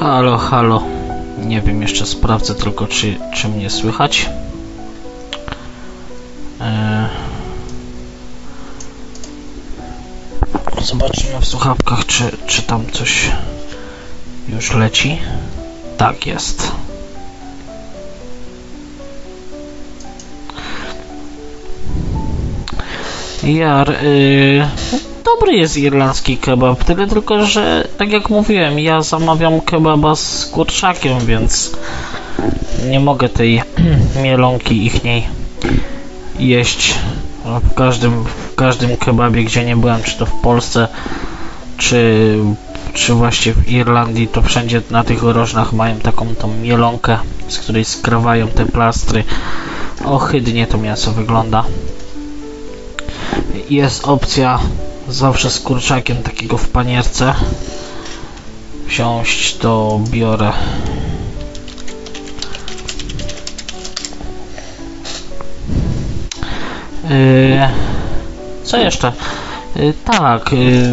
Halo, halo. Nie wiem, jeszcze sprawdzę tylko, czy mnie słychać. Zobaczymy w słuchawkach, czy tam coś już leci. Tak jest. Dobry jest irlandzki kebab, tyle tylko, że tak jak mówiłem, ja zamawiam kebaba z kurczakiem, więc nie mogę tej mielonki ichniej jeść w każdym kebabie, gdzie nie byłem, czy to w Polsce, czy właśnie w Irlandii, to wszędzie na tych rożnach mają taką tą mielonkę, z której skrawają te plastry. Ohydnie to mięso wygląda. Jest opcja zawsze z kurczakiem takiego w panierce. Wziąć to biorę. Co jeszcze? Tak.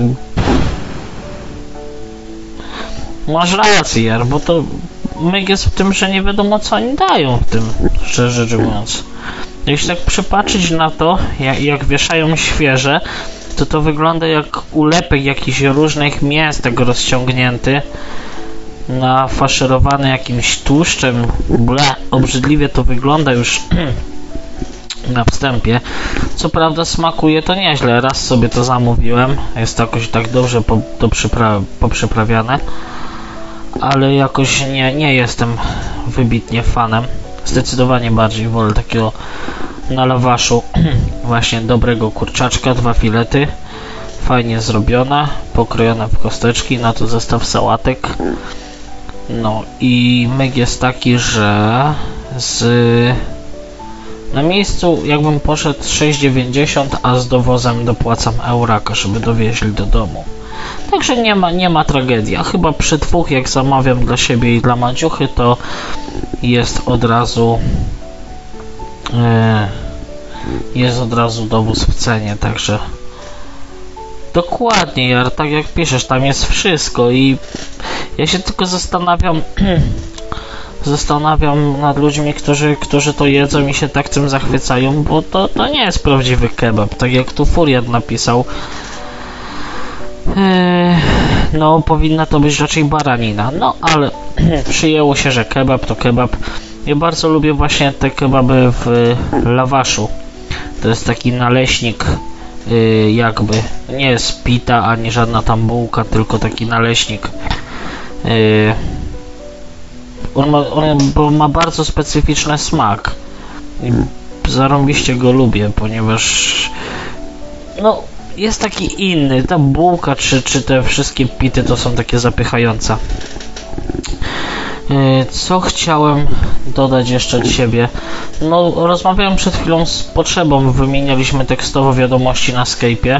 Masz rację, Jar, bo to myk jest w tym, że nie wiadomo co oni dają w tym, szczerze rzecz mówiąc. Jeśli tak przypatrzeć na to, jak wieszają świeże, to wygląda jak ulepek jakichś różnych mięs tego rozciągnięty, nafaszerowany jakimś tłuszczem. Obrzydliwie to wygląda już na wstępie. Co prawda smakuje to nieźle, raz sobie to zamówiłem, jest to jakoś tak dobrze poprzyprawiane, ale jakoś nie jestem wybitnie fanem. Zdecydowanie bardziej wolę takiego na lawaszu właśnie dobrego kurczaczka, 2 filety, fajnie zrobione, pokrojone w kosteczki, na to zestaw sałatek. No i myk jest taki, że na miejscu jakbym poszedł 6,90, a z dowozem dopłacam euraka, żeby dowieźli do domu. Także nie ma tragedii. A chyba przy 2, jak zamawiam dla siebie i dla Madziuchy, to jest od razu dowóz w cenie, także dokładnie, Jar, tak jak piszesz, tam jest wszystko i ja się tylko zastanawiam nad ludźmi, którzy to jedzą i się tak tym zachwycają, bo to nie jest prawdziwy kebab, tak jak tu Furiat napisał. No, powinna to być raczej baranina, no ale przyjęło się, że kebab to kebab. Ja bardzo lubię właśnie te kebaby w lawaszu. To jest taki naleśnik, jakby nie jest pita ani żadna tam bułka, tylko taki naleśnik. On ma bardzo specyficzny smak i zarąbiście go lubię, ponieważ no jest taki inny. Ta bułka czy te wszystkie pity to są takie zapychające. Co chciałem dodać jeszcze od siebie? No, rozmawiałem przed chwilą z Potrzebą, wymienialiśmy tekstowo wiadomości na Skype'ie.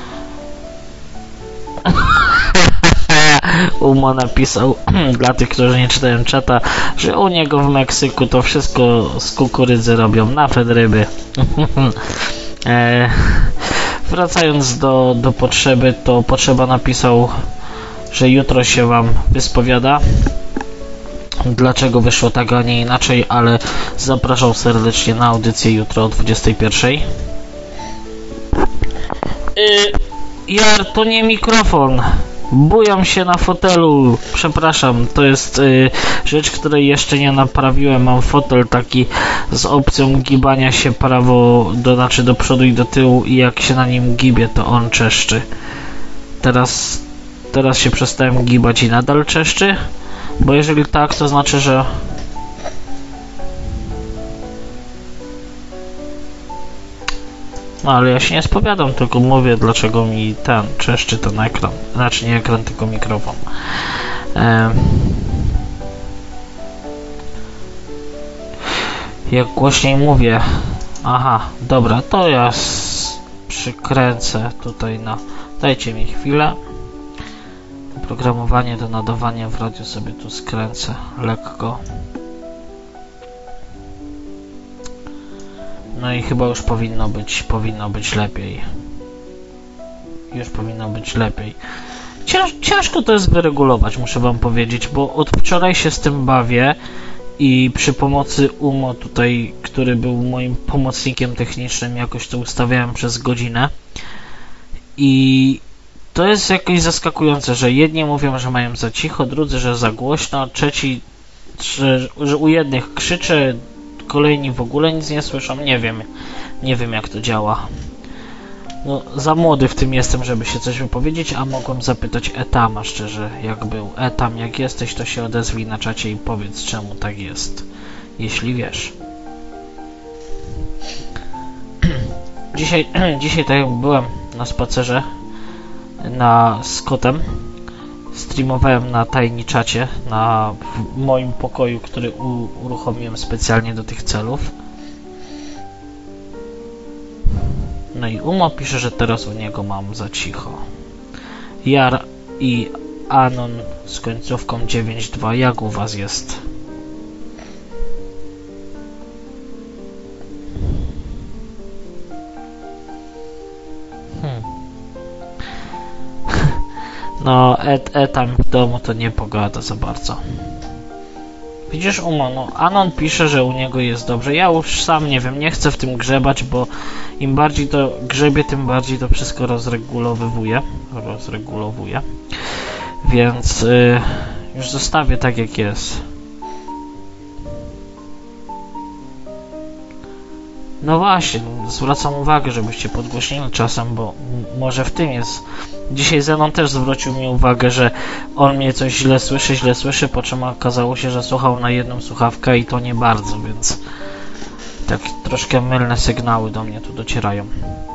Umo napisał dla tych, którzy nie czytają czata, że u niego w Meksyku to wszystko z kukurydzy robią, nawet ryby. Wracając do Potrzeby, to Potrzeba napisał, że jutro się wam wyspowiada. Dlaczego wyszło tak, a nie inaczej, ale zapraszam serdecznie na audycję jutro o 21:00. Jar, to nie mikrofon. Bujam się na fotelu. Przepraszam, to jest rzecz, której jeszcze nie naprawiłem. Mam fotel taki z opcją gibania się znaczy do przodu i do tyłu i jak się na nim gibie, to on czeszczy. Teraz się przestałem gibać i nadal czeszczy. Bo jeżeli tak, to znaczy, że no ale ja się nie spowiadam, tylko mówię, dlaczego mi czeszczy ten ekran. Znaczy nie ekran, tylko mikrofon. Jak głośniej mówię. Aha, dobra, to ja przykręcę tutaj dajcie mi chwilę. Oprogramowanie do nadawania w radiu sobie tu skręcę lekko. No i chyba już powinno być lepiej. Już powinno być lepiej. Ciężko to jest wyregulować, muszę wam powiedzieć, bo od wczoraj się z tym bawię i przy pomocy UMO tutaj, który był moim pomocnikiem technicznym, jakoś to ustawiałem przez godzinę i to jest jakieś zaskakujące, że jedni mówią, że mają za cicho, drudzy, że za głośno, trzeci, że u jednych krzyczy, kolejni w ogóle nic nie słyszą. Nie wiem jak to działa. No, za młody w tym jestem, żeby się coś wypowiedzieć, a mogłem zapytać Etama szczerze, jak był. Etam, jak jesteś, to się odezwij na czacie i powiedz, czemu tak jest, jeśli wiesz. Dzisiaj tak jak byłem na spacerze z kotem, streamowałem na Tiny Czacie, w moim pokoju, który uruchomiłem specjalnie do tych celów. No i Umo pisze, że teraz u niego mam za cicho. Jar i Anon z końcówką 9.2. Jak u was jest? No, tam w domu to nie pogada za bardzo. Widzisz, Umo, no Anon pisze, że u niego jest dobrze. Ja już sam nie wiem, nie chcę w tym grzebać, bo im bardziej to grzebie, tym bardziej to wszystko rozregulowuje. Więc już zostawię tak jak jest. No właśnie, zwracam uwagę, żebyście podgłośnili czasem, bo może w tym jest. Dzisiaj Zenon też zwrócił mi uwagę, że on mnie coś źle słyszy, po czym okazało się, że słuchał na jedną słuchawkę i to nie bardzo, więc tak troszkę mylne sygnały do mnie tu docierają.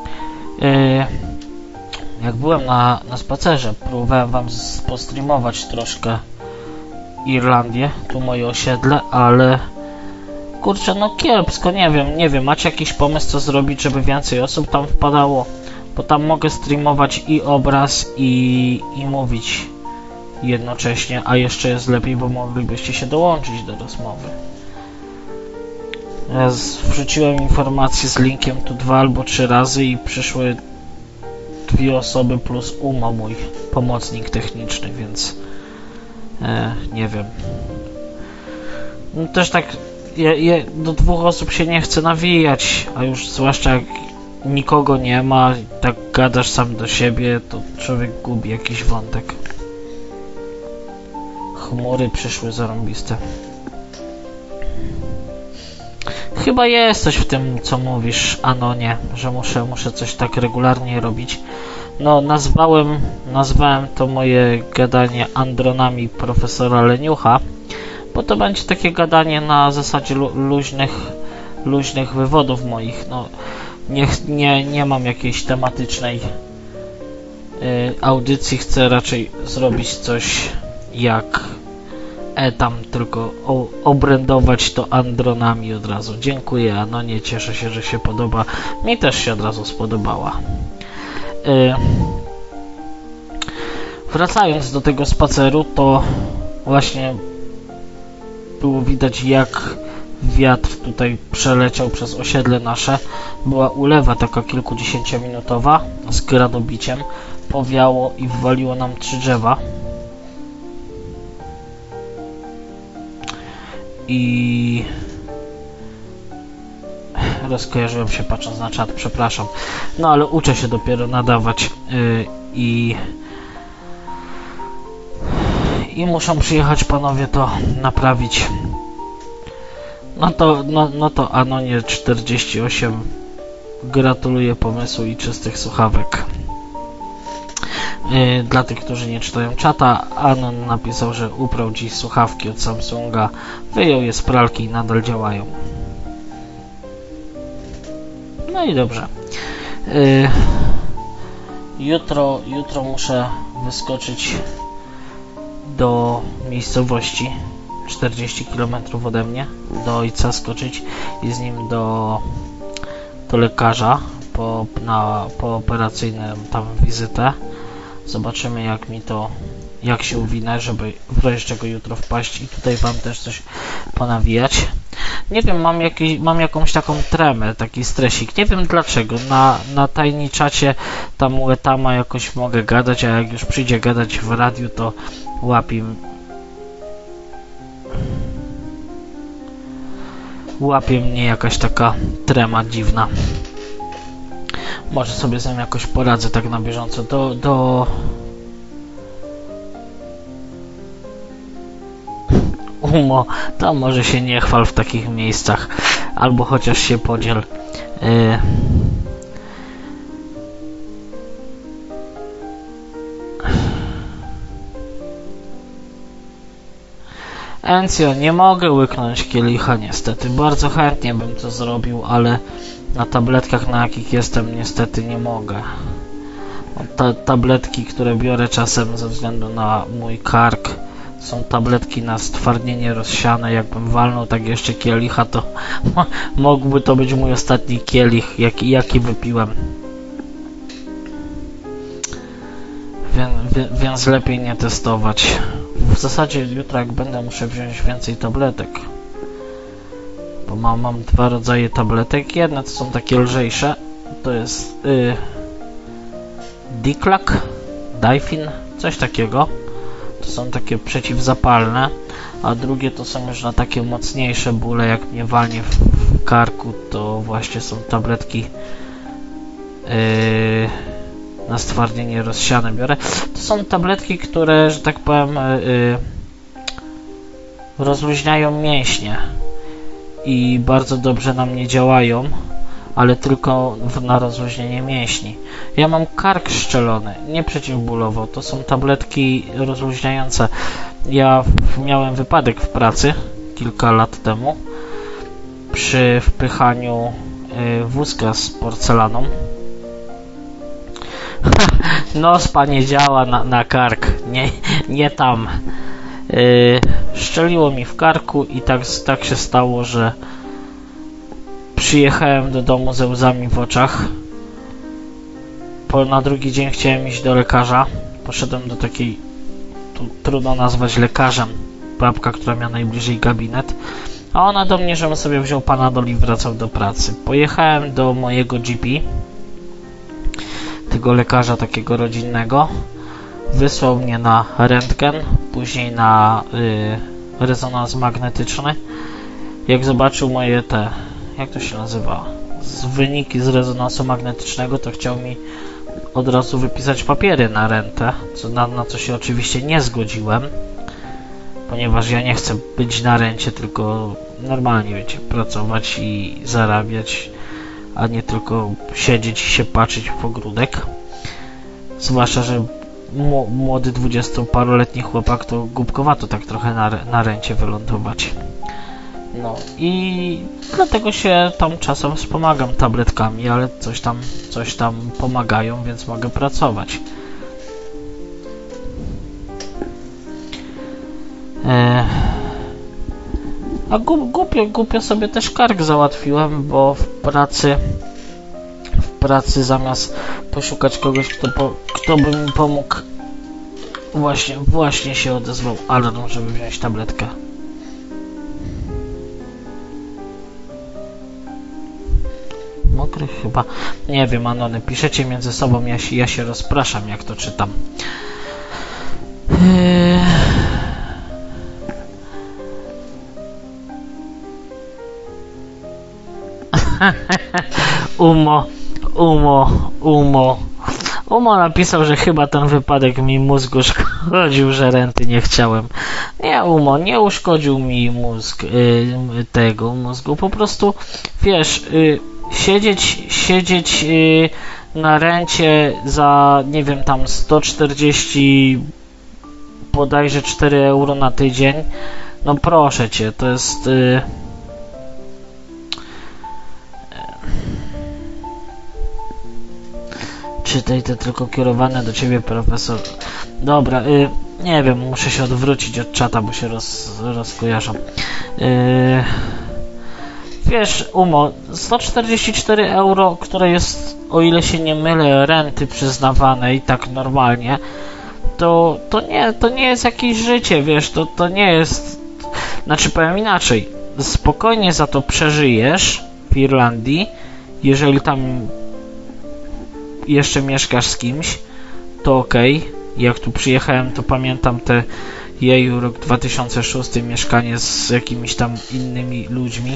Jak byłem na spacerze, próbowałem wam postreamować troszkę Irlandię, tu moje osiedle, ale kurczę, no kiepsko, nie wiem, macie jakiś pomysł, co zrobić, żeby więcej osób tam wpadało? Bo tam mogę streamować i obraz, i mówić jednocześnie, a jeszcze jest lepiej, bo moglibyście się dołączyć do rozmowy. Ja wrzuciłem informację z linkiem tu 2 albo 3 razy i przyszły 2 osoby plus Umo, mój pomocnik techniczny, więc nie wiem. No też tak do 2 osób się nie chce nawijać, a już zwłaszcza jak nikogo nie ma, tak gadasz sam do siebie, to człowiek gubi jakiś wątek. Chmury przyszły zarąbiste. Chyba jest coś w tym, co mówisz, Anonie, że muszę coś tak regularnie robić. No, nazwałem to moje gadanie andronami profesora Leniucha, bo to będzie takie gadanie na zasadzie luźnych wywodów moich. No, nie mam jakiejś tematycznej audycji, chcę raczej zrobić coś jak Etam, tylko obrędować to andronami od razu. Dziękuję, Anonie, cieszę się, że się podoba. Mi też się od razu spodobała. Wracając do tego spaceru, to właśnie było widać, jak wiatr tutaj przeleciał przez osiedle nasze. Była ulewa taka kilkudziesięciominutowa z gradobiciem. Powiało i wywaliło nam 3 drzewa. I rozkojarzyłem się patrząc na czat, przepraszam. No ale uczę się dopiero nadawać i muszą przyjechać panowie to naprawić. No to Anonie 48 gratuluję pomysłu i czystych słuchawek. Dla tych, którzy nie czytają czata, Anon napisał, że uprał dziś słuchawki od Samsunga, wyjął je z pralki i nadal działają. No i dobrze. Jutro muszę wyskoczyć do miejscowości 40 km ode mnie, do ojca skoczyć i z nim do lekarza po operacyjnym tam wizytę. Zobaczymy jak się uwinę, żeby w razie czego jutro wpaść i tutaj wam też coś ponawijać. Nie wiem, mam jakąś taką tremę, taki stresik. Nie wiem dlaczego. Na Tiny Czacie tam Łetama jakoś mogę gadać, a jak już przyjdzie gadać w radiu, to łapie mnie jakaś taka trema dziwna. Może sobie z nią jakoś poradzę tak na bieżąco. Umo, to może się nie chwal w takich miejscach, albo chociaż się podziel. Encio, nie mogę łyknąć kielicha niestety. Bardzo chętnie bym to zrobił, ale na tabletkach, na jakich jestem, niestety nie mogę. Tabletki, które biorę czasem ze względu na mój kark, są tabletki na stwardnienie rozsiane. Jakbym walnął tak jeszcze kielicha, to mógłby to być mój ostatni kielich, jaki wypiłem. Więc lepiej nie testować. W zasadzie jutro jak będę, muszę wziąć więcej tabletek. Bo mam dwa rodzaje tabletek. Jedne to są takie lżejsze. To jest Difin, coś takiego. To są takie przeciwzapalne. A drugie to są już na takie mocniejsze bóle, jak mnie walnie w karku, to właśnie są tabletki na stwardnienie rozsiane biorę. To są tabletki, które, że tak powiem, rozluźniają mięśnie i bardzo dobrze na mnie działają, ale tylko na rozluźnienie mięśni. Ja mam kark szczelony, nie przeciwbólowo. To są tabletki rozluźniające. Ja miałem wypadek w pracy kilka lat temu przy wpychaniu wózka z porcelaną. Nos panie działa na kark, nie tam. Szczeliło mi w karku i tak się stało, że przyjechałem do domu ze łzami w oczach. Na drugi dzień chciałem iść do lekarza. Poszedłem do takiej, trudno nazwać lekarzem, babka, która miała najbliżej gabinet. A ona do mnie, żebym sobie wziął Panadol i wracał do pracy. Pojechałem do mojego GP, tego lekarza takiego rodzinnego. Wysłał mnie na rentgen, później na rezonans magnetyczny. Jak zobaczył moje jak to się nazywa, wyniki z rezonansu magnetycznego, to chciał mi od razu wypisać papiery na rentę, na co się oczywiście nie zgodziłem, ponieważ ja nie chcę być na rencie, tylko normalnie, wiecie, pracować i zarabiać, a nie tylko siedzieć i się patrzeć w ogródek. Zwłaszcza, że młody 20-paroletni chłopak to głupkowato tak trochę na rencie wylądować. No i dlatego się tam czasem wspomagam tabletkami, ale coś tam pomagają, więc mogę pracować. A głupio sobie też kark załatwiłem, bo w pracy zamiast poszukać kogoś, kto by mi pomógł, właśnie się odezwał alarm, żeby wziąć tabletkę. Mokry chyba. Nie wiem, Anony, piszecie między sobą, ja się rozpraszam, jak to czytam. Umo napisał, że chyba ten wypadek mi mózgu szkodził, że renty nie chciałem. Nie, Umo, nie uszkodził mi tego mózgu. Po prostu, wiesz, siedzieć na rencie za, nie wiem, tam 140 bodajże 4 euro na tydzień. No proszę cię, to jest... Czytaj te tylko kierowane do ciebie, profesor. Dobra, nie wiem, muszę się odwrócić od czata, bo się rozkojarzam. Wiesz, Umo, 144 euro, które jest, o ile się nie mylę, renty przyznawane i tak normalnie, to nie jest jakieś życie, wiesz, to nie jest... Znaczy, powiem inaczej, spokojnie za to przeżyjesz w Irlandii, jeżeli tam jeszcze mieszkasz z kimś, to okej. Jak tu przyjechałem, to pamiętam rok 2006, mieszkanie z jakimiś tam innymi ludźmi.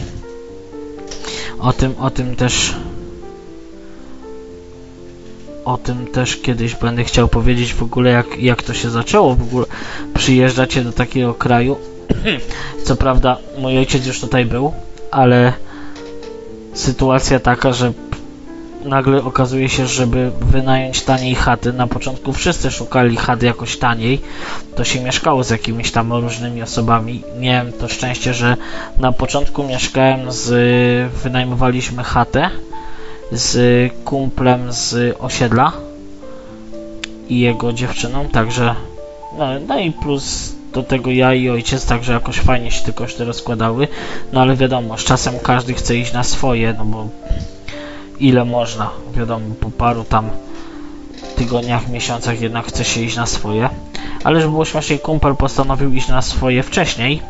O tym też kiedyś będę chciał powiedzieć w ogóle, jak to się zaczęło w ogóle przyjeżdżacie do takiego kraju. Co prawda mój ojciec już tutaj był, ale sytuacja taka, że nagle okazuje się, żeby wynająć taniej chaty, na początku wszyscy szukali chat jakoś taniej, to się mieszkało z jakimiś tam różnymi osobami. Miałem to szczęście, że na początku wynajmowaliśmy chatę z kumplem z osiedla i jego dziewczyną, także no i plus do tego ja i ojciec, także jakoś fajnie się te koszty rozkładały, no ale wiadomo, z czasem każdy chce iść na swoje, no bo ile można, wiadomo, po paru tam tygodniach, miesiącach jednak chce się iść na swoje, ale żeby było śmieszniej, kumpel postanowił iść na swoje wcześniej,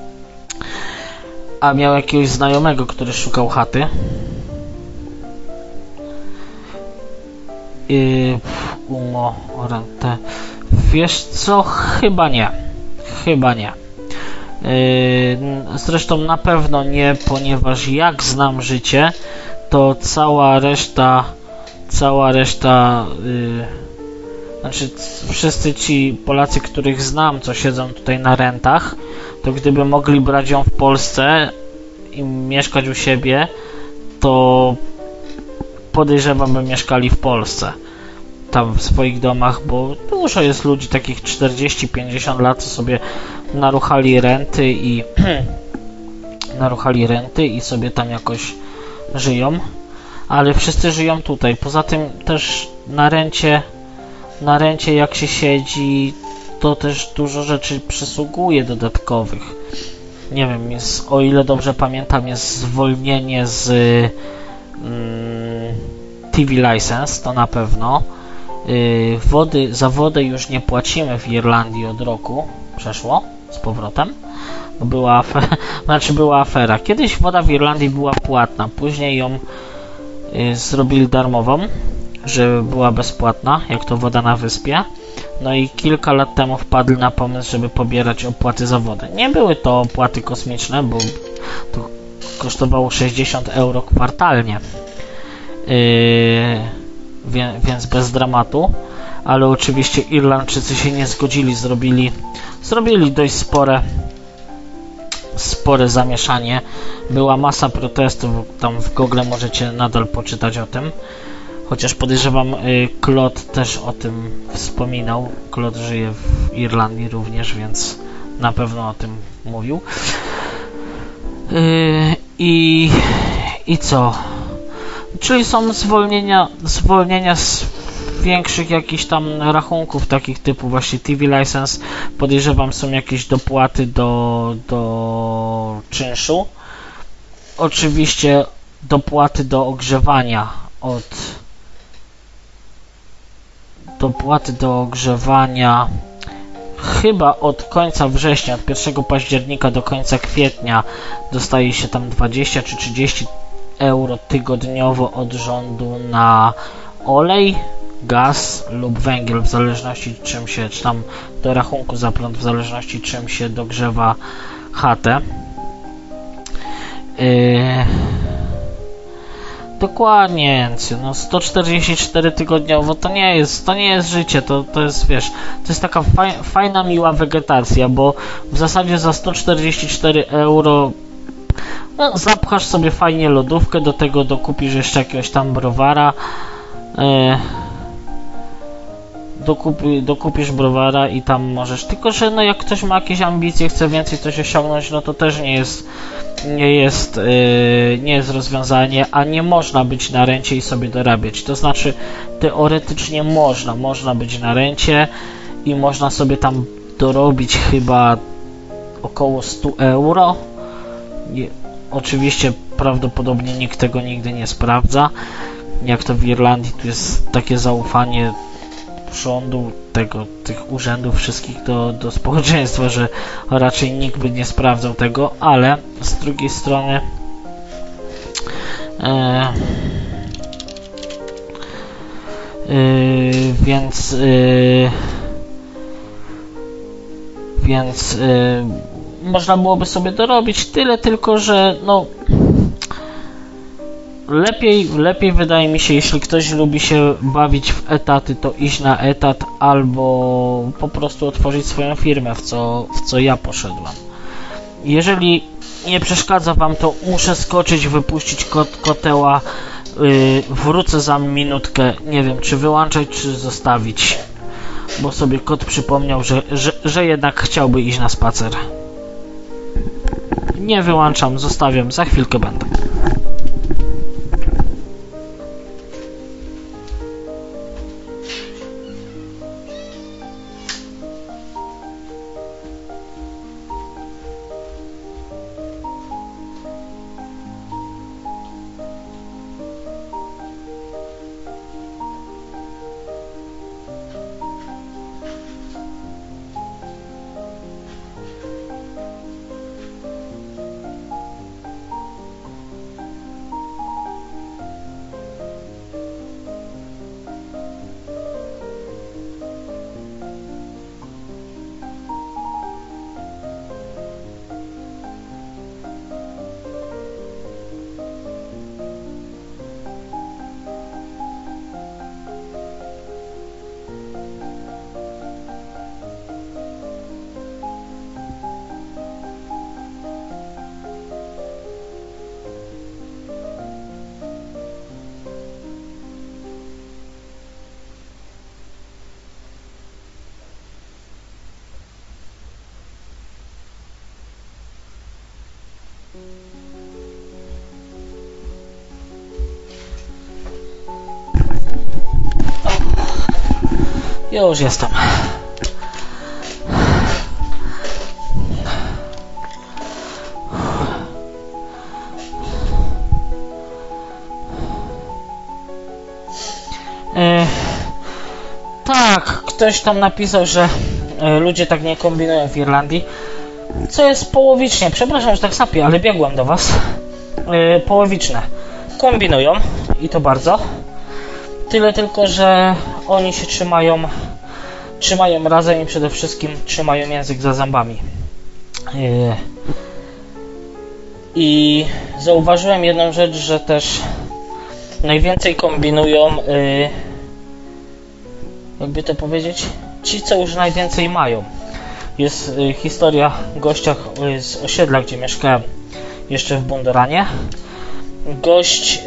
a miał jakiegoś znajomego, który szukał chaty. Wiesz co? Chyba nie. Zresztą na pewno nie, ponieważ jak znam życie, to cała reszta znaczy wszyscy ci Polacy, których znam, co siedzą tutaj na rentach, to gdyby mogli brać ją w Polsce i mieszkać u siebie, to podejrzewam, by mieszkali w Polsce, tam w swoich domach, bo dużo jest ludzi takich 40-50 lat, co sobie naruchali renty i sobie tam jakoś żyją, ale wszyscy żyją tutaj. Poza tym też na rencie jak się siedzi, to też dużo rzeczy przysługuje dodatkowych. Nie wiem, o ile dobrze pamiętam, jest zwolnienie z TV license, to na pewno. Za wodę już nie płacimy w Irlandii od roku. Przeszło z powrotem. Była afera. Kiedyś woda w Irlandii była płatna, później ją zrobili darmową, że była bezpłatna, jak to woda na wyspie. No i kilka lat temu wpadli na pomysł, żeby pobierać opłaty za wodę. Nie były to opłaty kosmiczne, bo to kosztowało 60 euro kwartalnie. Więc bez dramatu, ale oczywiście Irlandczycy się nie zgodzili, zrobili dość spore zamieszanie. Była masa protestów, tam w Google możecie nadal poczytać o tym, chociaż podejrzewam, Claude też o tym wspominał. Claude żyje w Irlandii również, więc na pewno o tym mówił. I co? Czyli są zwolnienia z większych jakichś tam rachunków, takich typu właśnie TV license. Podejrzewam, są jakieś dopłaty do czynszu. Oczywiście dopłaty do ogrzewania chyba od końca września, od 1 października do końca kwietnia dostaje się tam 20 czy 30 euro tygodniowo od rządu na olej, gaz lub węgiel, w zależności czym się, czy tam do rachunku za prąd, w zależności czym się dogrzewa chatę. Dokładnie, no 144 tygodniowo to nie jest życie, to jest, wiesz, to jest taka fajna, miła wegetacja, bo w zasadzie za 144 euro zapchasz sobie fajnie lodówkę, do tego dokupisz jeszcze jakiegoś tam browara, dokupisz browara i tam możesz, tylko że no jak ktoś ma jakieś ambicje, chce więcej coś osiągnąć, no to też nie jest rozwiązanie, a nie można być na rencie i sobie dorabiać. To znaczy teoretycznie można być na rencie i można sobie tam dorobić chyba około 100 euro. Oczywiście prawdopodobnie nikt tego nigdy nie sprawdza. Jak to w Irlandii, tu jest takie zaufanie rządu, tych urzędów wszystkich do społeczeństwa, że raczej nikt by nie sprawdzał tego, ale z drugiej strony więc można byłoby sobie dorobić, tyle tylko, że no lepiej wydaje mi się, jeśli ktoś lubi się bawić w etaty, to iść na etat albo po prostu otworzyć swoją firmę, w co ja poszedłem. Jeżeli nie przeszkadza wam, to muszę skoczyć, wypuścić koteła, wrócę za minutkę, nie wiem czy wyłączać, czy zostawić, bo sobie kot przypomniał, że jednak chciałby iść na spacer. Nie wyłączam, zostawiam, za chwilkę będę. Już jestem. Tak, ktoś tam napisał, że ludzie tak nie kombinują w Irlandii, co jest połowicznie. Przepraszam, że tak sapię, ale biegłem do was. Połowiczne. Kombinują i to bardzo. Tyle tylko, że oni się trzymają razem i przede wszystkim trzymają język za zębami. I zauważyłem jedną rzecz, że też najwięcej kombinują, jakby to powiedzieć, ci, co już najwięcej mają. Jest historia gościa z osiedla, gdzie mieszkałem jeszcze w Bundoranie. Gość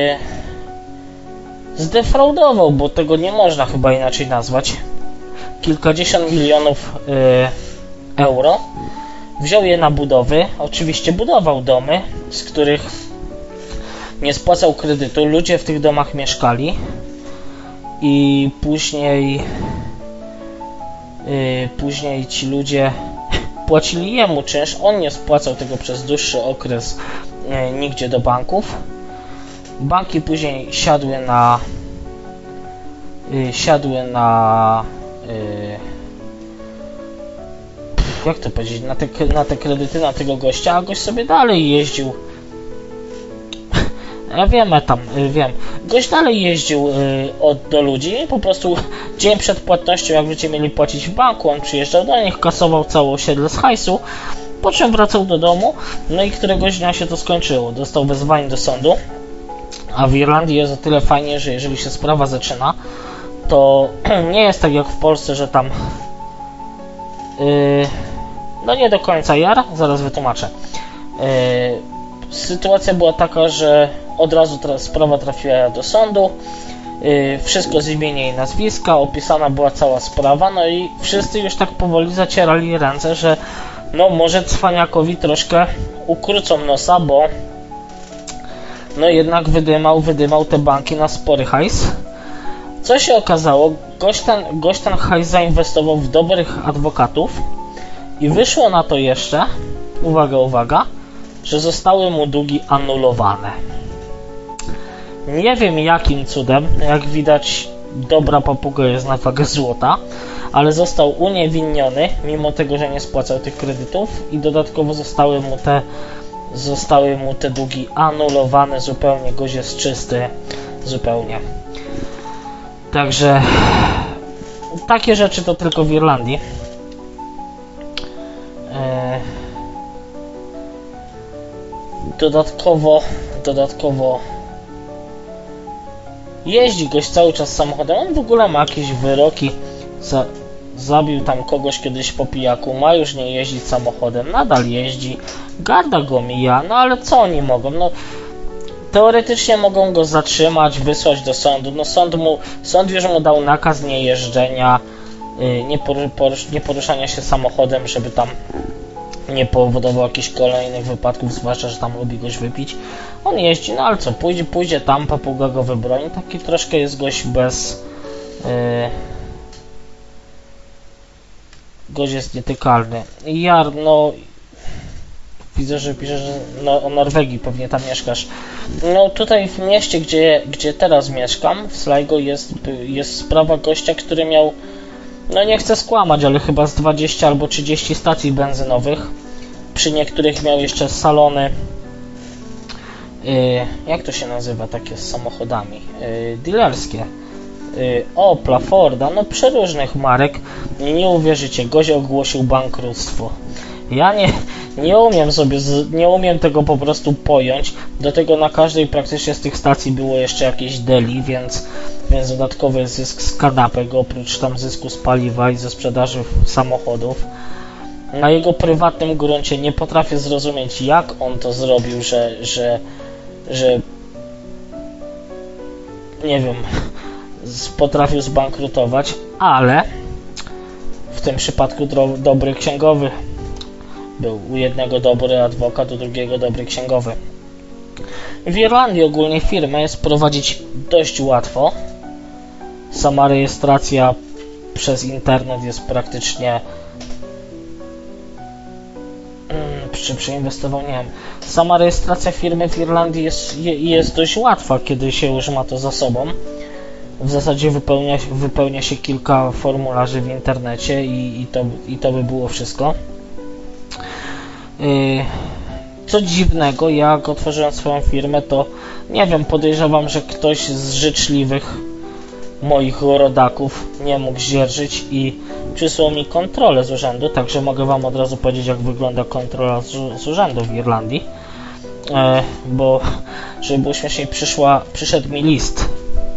zdefraudował, bo tego nie można chyba inaczej nazwać, kilkadziesiąt milionów euro. Wziął je na budowy, oczywiście budował domy, z których nie spłacał kredytu. Ludzie w tych domach mieszkali i później ci ludzie płacili jemu czynsz. On nie spłacał tego przez dłuższy okres nigdzie do banków. Banki później siadły na jak to powiedzieć, na te kredyty, na tego gościa, a gość sobie dalej jeździł. Ja wiem, gość dalej jeździł do ludzi, po prostu dzień przed płatnością, jak będziecie mieli płacić w banku, on przyjeżdżał do nich, kasował całe osiedle z hajsu, po czym wracał do domu, no i któregoś dnia się to skończyło. Dostał wezwanie do sądu, a w Irlandii jest o tyle fajnie, że jeżeli się sprawa zaczyna, to nie jest tak jak w Polsce, że tam no nie do końca zaraz wytłumaczę. Sytuacja była taka, że od razu sprawa trafiła do sądu, wszystko z imienia i nazwiska, opisana była cała sprawa, no i wszyscy już tak powoli zacierali ręce, że no może cwaniakowi troszkę ukrócą nosa, bo no jednak wydymał te banki na spory hajs. Co się okazało? Gość ten hajs zainwestował w dobrych adwokatów i wyszło na to jeszcze, uwaga, że zostały mu długi anulowane. Nie wiem jakim cudem, jak widać dobra papuga jest na wagę złota, ale został uniewinniony, mimo tego, że nie spłacał tych kredytów i dodatkowo zostały mu te długi anulowane zupełnie, gość jest czysty zupełnie. Także takie rzeczy to tylko w Irlandii. Dodatkowo jeździ gość cały czas samochodem. On w ogóle ma jakieś wyroki. Zabił tam kogoś kiedyś po pijaku. Ma już nie jeździć samochodem. Nadal jeździ. Garda go mija. No ale co oni mogą? No teoretycznie mogą go zatrzymać, wysłać do sądu. No sąd już mu dał nakaz niejeżdżenia, nie poruszania się samochodem, żeby tam nie powodował jakichś kolejnych wypadków, zwłaszcza, że tam lubi goś wypić. On jeździ, no ale co, pójdzie tam, papuga go wybroni. Taki troszkę jest gość gość jest nietykalny. No widzę, że pisze, że o Norwegii pewnie tam mieszkasz. No tutaj w mieście, gdzie teraz mieszkam, w Sligo, jest sprawa gościa, który miał, no nie chcę skłamać, ale chyba z 20 albo 30 stacji benzynowych. Przy niektórych miał jeszcze salony, jak to się nazywa, takie z samochodami, dealerskie. Opla, Forda, no przeróżnych marek. Nie uwierzycie, gość ogłosił bankructwo. Ja nie umiem tego po prostu pojąć. Do tego na każdej praktycznie z tych stacji było jeszcze jakieś deli, więc dodatkowy zysk z kanapek, oprócz tam zysku z paliwa i ze sprzedaży samochodów. Na jego prywatnym gruncie nie potrafię zrozumieć, jak on to zrobił, że nie wiem, potrafił zbankrutować, ale w tym przypadku dobry księgowy był. U jednego dobry adwokat, u drugiego dobry księgowy. W Irlandii ogólnie firmę jest prowadzić dość łatwo. Sama rejestracja przez internet jest praktycznie przeinwestował, nie wiem. Sama rejestracja firmy w Irlandii jest dość łatwa, kiedy się już ma to za sobą. W zasadzie wypełnia się kilka formularzy w internecie i to by było wszystko. Co dziwnego, jak otworzyłem swoją firmę, to nie wiem, podejrzewam, że ktoś z życzliwych moich rodaków nie mógł zdzierżyć i przysłał mi kontrolę z urzędu, także mogę wam od razu powiedzieć, jak wygląda kontrola z urzędu w Irlandii, bo żeby było śmieszniej, przyszedł mi list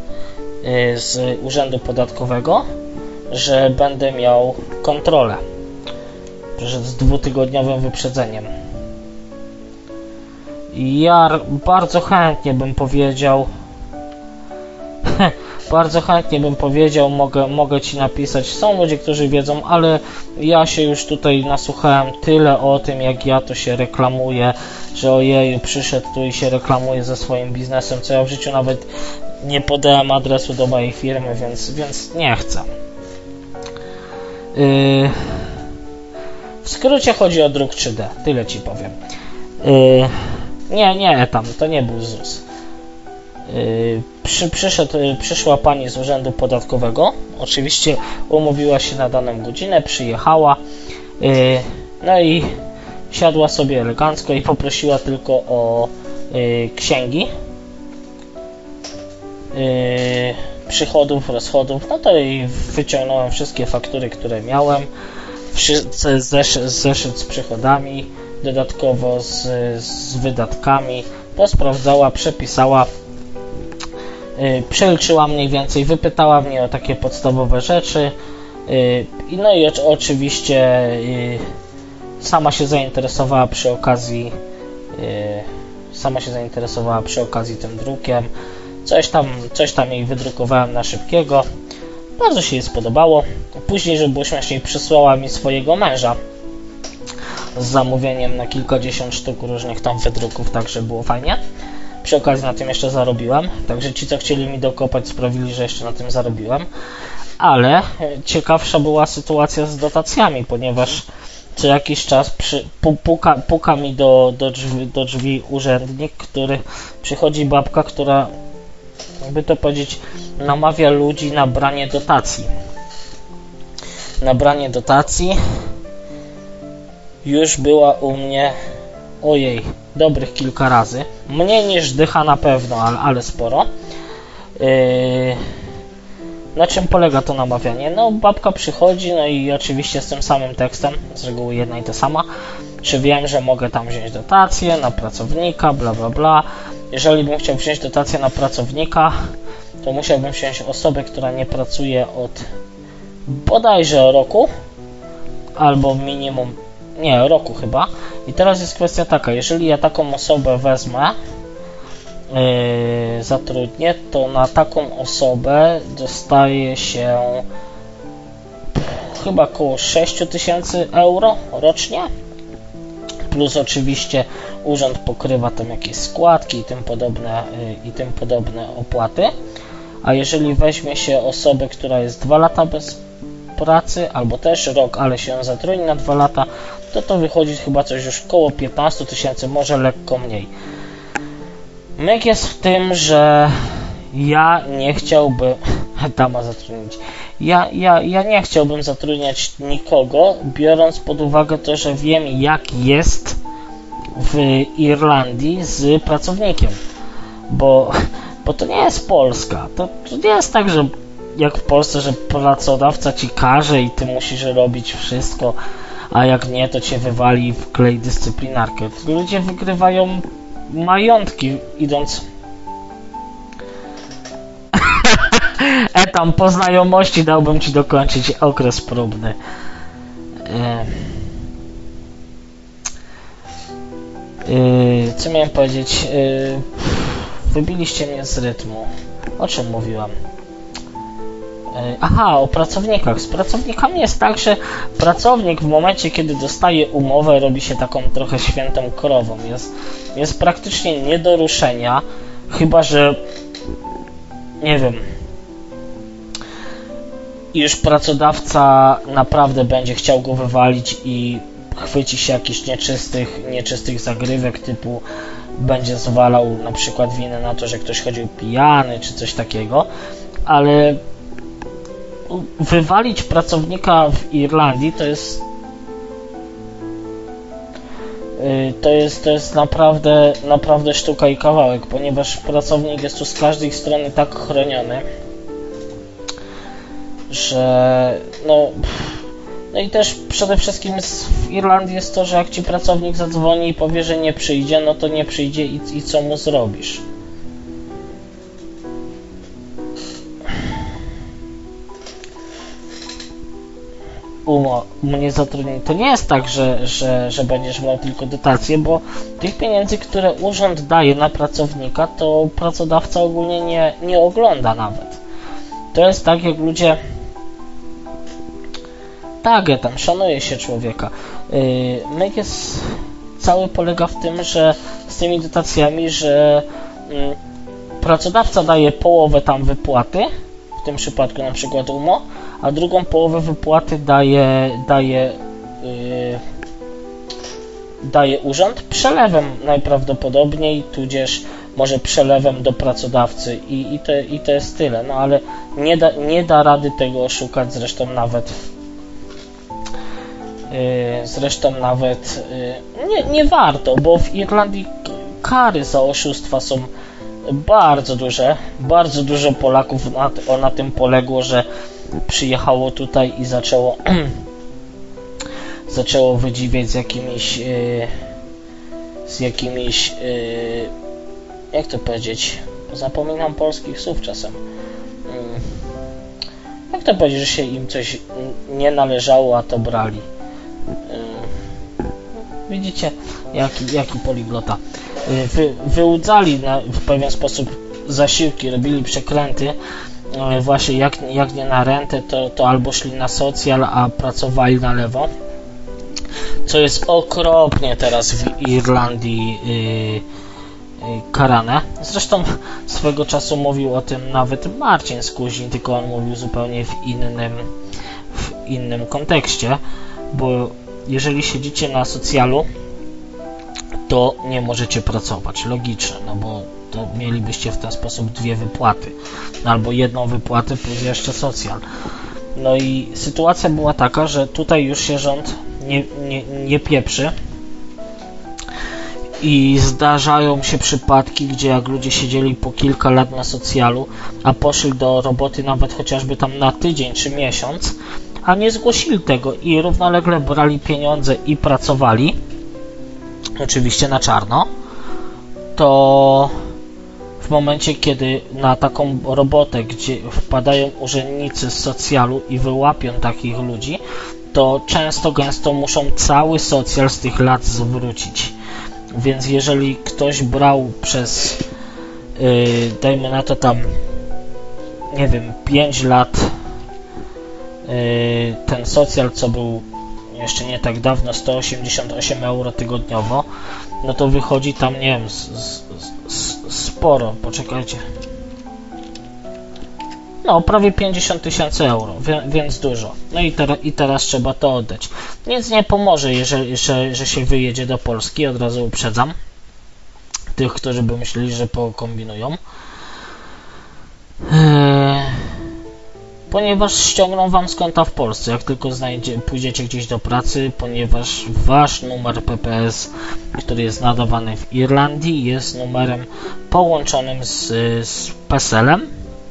z urzędu podatkowego, że będę miał kontrolę. Przyszedł z 2-tygodniowym wyprzedzeniem. Ja bardzo chętnie bym powiedział, mogę ci napisać. Są ludzie, którzy wiedzą, ale ja się już tutaj nasłuchałem tyle o tym, jak ja to się reklamuję, że ojeju, przyszedł tu i się reklamuje ze swoim biznesem, co ja w życiu nawet nie podałem adresu do mojej firmy, więc nie chcę. W skrócie chodzi o druk 3D, tyle ci powiem. Nie, to nie był ZUS. Przyszła pani z urzędu podatkowego, oczywiście umówiła się na daną godzinę, przyjechała, no i siadła sobie elegancko i poprosiła tylko o księgi przychodów, rozchodów. No to i wyciągnąłem wszystkie faktury, które miałem, zeszyt z przychodami, dodatkowo z wydatkami, posprawdzała, przepisała, przeliczyła mniej więcej, wypytała mnie o takie podstawowe rzeczy, no i oczywiście sama się zainteresowała przy okazji tym drukiem. Coś tam jej wydrukowałem na szybkiego. Bardzo się jej spodobało. Później, żeby było śmieszniej, przysłała mi swojego męża z zamówieniem na kilkadziesiąt sztuk różnych tam wydruków, także było fajnie. Przy okazji na tym jeszcze zarobiłem, także ci, co chcieli mi dokopać, sprawili, że jeszcze na tym zarobiłem. Ale ciekawsza była sytuacja z dotacjami, ponieważ co jakiś czas puka mi do drzwi urzędnik, przychodzi babka, która jakby to powiedzieć, namawia ludzi na branie dotacji. Na branie dotacji już była u mnie, ojej, dobrych kilka razy. Mniej niż dycha na pewno, ale sporo. Na czym polega to namawianie? No, babka przychodzi, no i oczywiście z tym samym tekstem, z reguły jedna i ta sama. Czy wiem, że mogę tam wziąć dotację na pracownika, bla bla bla. Jeżeli bym chciał wziąć dotację na pracownika, to musiałbym wziąć osobę, która nie pracuje od bodajże roku, albo minimum, nie, roku chyba. I teraz jest kwestia taka, jeżeli ja taką osobę wezmę, zatrudnię, to na taką osobę dostaje się chyba około 6000 euro rocznie, plus oczywiście urząd pokrywa tam jakieś składki i tym podobne opłaty. A jeżeli weźmie się osobę, która jest 2 lata bez pracy, albo też rok, ale się zatrudni na 2 lata, to wychodzi chyba coś już około 15 000, może lekko mniej. Myk jest w tym, że ja nie chciałbym Dama zatrudnić. Ja nie chciałbym zatrudniać nikogo, biorąc pod uwagę to, że wiem, jak jest w Irlandii z pracownikiem. Bo to nie jest Polska. To nie jest tak, że jak w Polsce, że pracodawca ci każe i ty musisz robić wszystko, a jak nie, to cię wywali w klej dyscyplinarkę. Ludzie wygrywają majątki, idąc tam po znajomości dałbym ci dokończyć okres próbny. Co miałem powiedzieć? Wybiliście mnie z rytmu. O czym mówiłam? Aha, o pracownikach. Z pracownikami jest tak, że pracownik w momencie, kiedy dostaje umowę, robi się taką trochę świętą krową. Jest praktycznie nie do ruszenia, chyba że nie wiem, już pracodawca naprawdę będzie chciał go wywalić i chwyci się jakichś nieczystych zagrywek, typu będzie zwalał na przykład winę na to, że ktoś chodził pijany czy coś takiego, ale wywalić pracownika w Irlandii to jest naprawdę sztuka i kawałek, ponieważ pracownik jest tu z każdej strony tak chroniony, że no i też przede wszystkim w Irlandii jest to, że jak ci pracownik zadzwoni i powie, że nie przyjdzie, no to nie przyjdzie i co mu zrobisz? Mnie zatrudnienie. To nie jest tak, że będziesz miał tylko dotacje, bo tych pieniędzy, które urząd daje na pracownika, to pracodawca ogólnie nie ogląda nawet. To jest tak, jak ludzie... Tak, ja tam szanuję się człowieka. Myk jest cały polega w tym, że z tymi dotacjami, że pracodawca daje połowę tam wypłaty, w tym przypadku na przykład UMO, a drugą połowę wypłaty daje urząd przelewem najprawdopodobniej, tudzież może przelewem do pracodawcy i to jest tyle, no ale nie da rady tego oszukać, zresztą nawet nie warto, bo w Irlandii kary za oszustwa są bardzo duże. Bardzo dużo Polaków na tym poległo, że przyjechało tutaj i zaczęło wydziwiać z jakimiś jak to powiedzieć, zapominam polskich słów czasem. Jak to powiedzieć, że się im coś nie należało, a to brali. Widzicie, jaki poliglota. Wyłudzali w pewien sposób zasiłki, robili przekręty, właśnie jak nie na rentę, to albo szli na socjal, a pracowali na lewo, co jest okropnie teraz w Irlandii karane. Zresztą swego czasu mówił o tym nawet Marcin z Kuźni, tylko on mówił zupełnie w innym kontekście, bo jeżeli siedzicie na socjalu, to nie możecie pracować. Logiczne, no bo to mielibyście w ten sposób 2 wypłaty, albo 1 wypłatę plus jeszcze socjal. No i sytuacja była taka, że tutaj już się rząd nie pieprzy i zdarzają się przypadki, gdzie jak ludzie siedzieli po kilka lat na socjalu, a poszli do roboty nawet chociażby tam na tydzień czy miesiąc, a nie zgłosili tego i równolegle brali pieniądze i pracowali, oczywiście na czarno, to w momencie, kiedy na taką robotę, gdzie wpadają urzędnicy z socjalu i wyłapią takich ludzi, to gęsto muszą cały socjal z tych lat zwrócić. Więc jeżeli ktoś brał przez, dajmy na to tam, nie wiem, 5 lat ten socjal, co był jeszcze nie tak dawno 188 euro tygodniowo, no to wychodzi tam, nie wiem, sporo, poczekajcie, no prawie 50 000 euro, więc dużo. No i teraz trzeba to oddać. Nic nie pomoże, że się wyjedzie do Polski, od razu uprzedzam tych, którzy by myśleli, że pokombinują. Ponieważ ściągną wam z konta w Polsce, jak tylko pójdziecie gdzieś do pracy, ponieważ wasz numer PPS, który jest nadawany w Irlandii, jest numerem połączonym z PESEL-em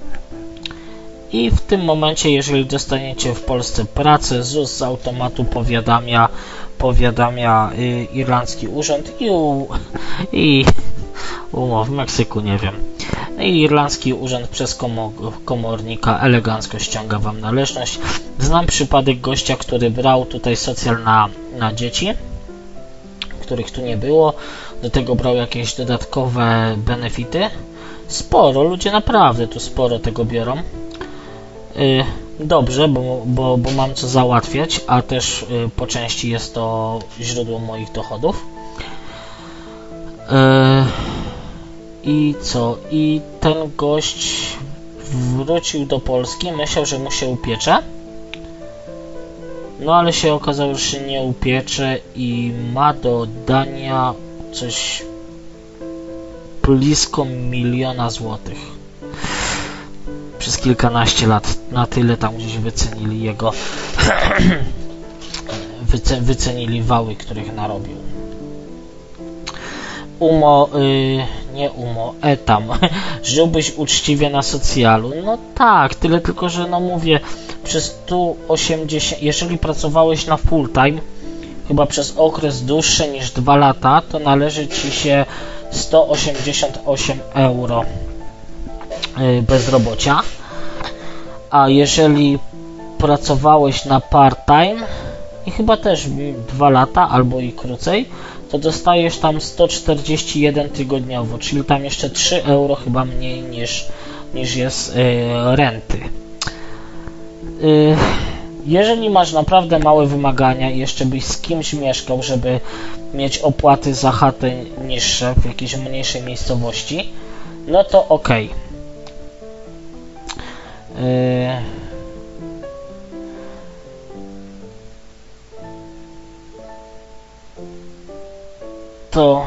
i w tym momencie, jeżeli dostaniecie w Polsce pracę, ZUS z automatu powiadamia irlandzki urząd i w Meksyku, nie wiem. I irlandzki urząd przez komornika elegancko ściąga wam należność. Znam przypadek gościa, który brał tutaj socjal na dzieci, których tu nie było. Do tego brał jakieś dodatkowe benefity. Sporo, ludzie naprawdę tu sporo tego biorą. Dobrze, bo mam co załatwiać, a też po części jest to źródło moich dochodów. I co? I ten gość wrócił do Polski, myślał, że mu się upiecze. No ale się okazało, że się nie upiecze i ma do oddania coś blisko 1 000 000 złotych. Przez kilkanaście lat. Na tyle tam gdzieś wycenili jego wycenili wały, których narobił. Etam. Żyłbyś uczciwie na socjalu? No tak, tyle tylko, że no mówię, przez 180, jeżeli pracowałeś na full time, chyba przez okres dłuższy niż 2 lata, to należy ci się 188 euro bezrobocia, a jeżeli pracowałeś na part-time i chyba też 2 lata albo i krócej, to dostajesz tam 141 tygodniowo, czyli tam jeszcze 3 euro chyba mniej niż jest renty. Jeżeli masz naprawdę małe wymagania i jeszcze byś z kimś mieszkał, żeby mieć opłaty za chatę niższe w jakiejś mniejszej miejscowości, no to ok. To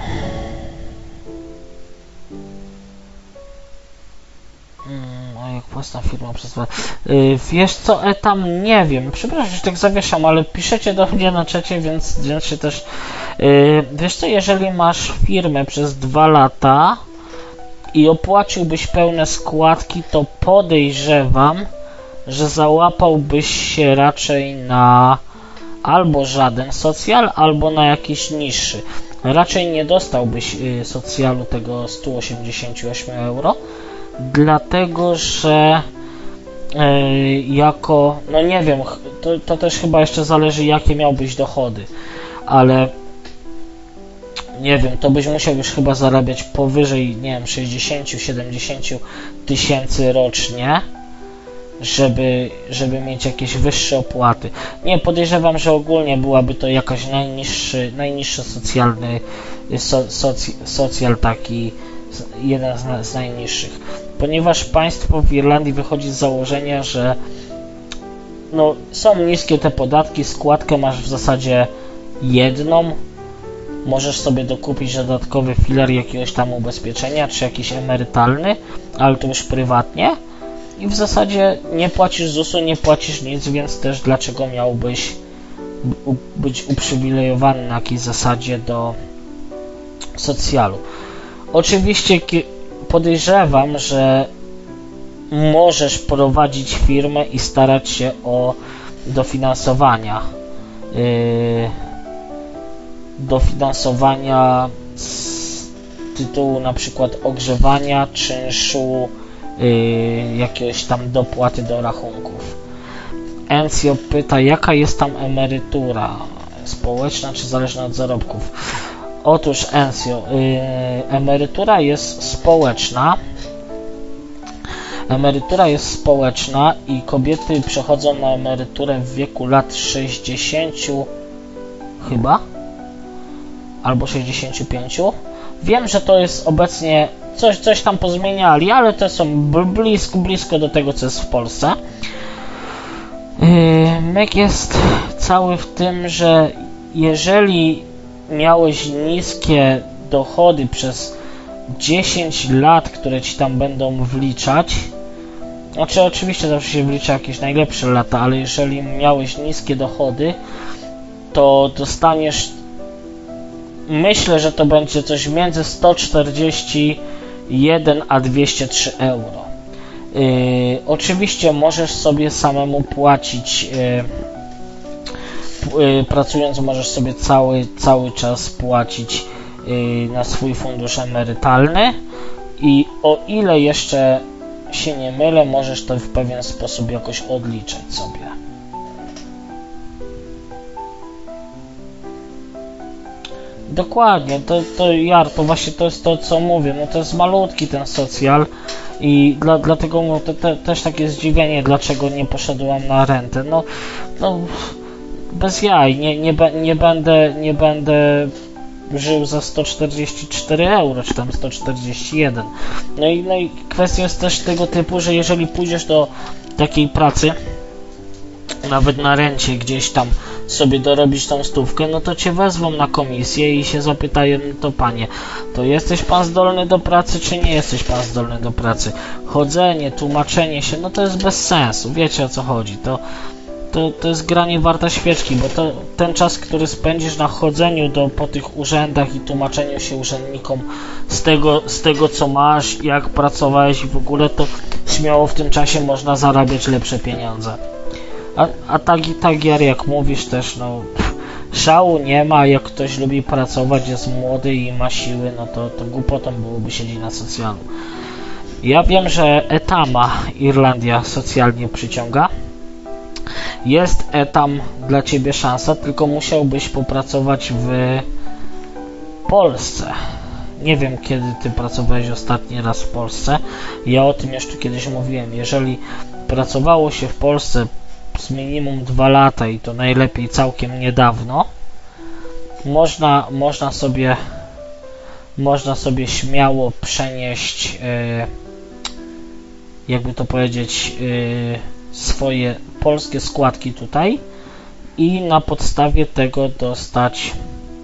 jak własna firma przez wiesz co, Etam, nie wiem, przepraszam, że tak zawieszam, ale piszecie do mnie na czacie, więc się też wiesz co, jeżeli masz firmę przez 2 lata i opłaciłbyś pełne składki, to podejrzewam, że załapałbyś się raczej na albo żaden socjal, albo na jakiś niższy. Raczej nie dostałbyś socjalu tego 188 euro, dlatego że jako, no nie wiem, to też chyba jeszcze zależy, jakie miałbyś dochody, ale nie wiem, to byś musiał już chyba zarabiać powyżej, nie wiem, 60-70 tysięcy rocznie, żeby mieć jakieś wyższe opłaty. Nie, podejrzewam, że ogólnie byłaby to jakaś najniższy socjalny socjal, taki jeden z najniższych. Ponieważ państwo w Irlandii wychodzi z założenia, że no, są niskie te podatki, składkę masz w zasadzie jedną możesz sobie dokupić dodatkowy filar jakiegoś tam ubezpieczenia, czy jakiś emerytalny, ale to już prywatnie i w zasadzie nie płacisz ZUS-u, nie płacisz nic, więc też dlaczego miałbyś być uprzywilejowany na jakiejś zasadzie do socjalu. Oczywiście podejrzewam, że możesz prowadzić firmę i starać się o dofinansowania z tytułu na przykład ogrzewania, czynszu, jakieś tam dopłaty do rachunków. Enzio pyta, jaka jest tam emerytura społeczna czy zależna od zarobków. Otóż Enzio, emerytura jest społeczna. Emerytura jest społeczna i kobiety przechodzą na emeryturę w wieku lat 60 chyba, albo 65. Wiem, że to jest obecnie coś tam pozmieniali, ale to są blisko do tego, co jest w Polsce. Myk jest cały w tym, że jeżeli miałeś niskie dochody przez 10 lat, które ci tam będą wliczać, znaczy oczywiście zawsze się wlicza jakieś najlepsze lata, ale jeżeli miałeś niskie dochody, to dostaniesz, myślę, że to będzie coś między 141 a 203 euro. Oczywiście możesz sobie samemu płacić, pracując możesz sobie cały czas płacić na swój fundusz emerytalny i o ile jeszcze się nie mylę, możesz to w pewien sposób jakoś odliczać sobie. Dokładnie, to właśnie to jest to, co mówię, no to jest malutki ten socjal i dlatego też takie zdziwienie, dlaczego nie poszedłem na rentę. No bez jaj, nie będę żył za 144 euro, czy tam 141. No i kwestia jest też tego typu, że jeżeli pójdziesz do takiej pracy, nawet na rencie gdzieś tam sobie dorobić tą stówkę, no to cię wezwą na komisję i się zapytają, to panie, to jesteś pan zdolny do pracy, czy nie jesteś pan zdolny do pracy? Chodzenie, tłumaczenie się, no to jest bez sensu, wiecie o co chodzi, to jest granie warta świeczki, bo ten czas, który spędzisz na chodzeniu po tych urzędach i tłumaczeniu się urzędnikom z tego co masz, jak pracowałeś i w ogóle, to śmiało w tym czasie można zarabiać lepsze pieniądze. A tak jak mówisz też, no szału nie ma, jak ktoś lubi pracować, jest młody i ma siły, no to głupotą byłoby siedzieć na socjalu. Ja wiem, że Etama Irlandia socjalnie przyciąga. Jest tam dla ciebie szansa, tylko musiałbyś popracować w Polsce. Nie wiem, kiedy ty pracowałeś ostatni raz w Polsce. Ja o tym już tu kiedyś mówiłem. Jeżeli pracowało się w Polsce z minimum 2 lata i to najlepiej całkiem niedawno, można sobie śmiało przenieść, jakby to powiedzieć, swoje polskie składki tutaj i na podstawie tego dostać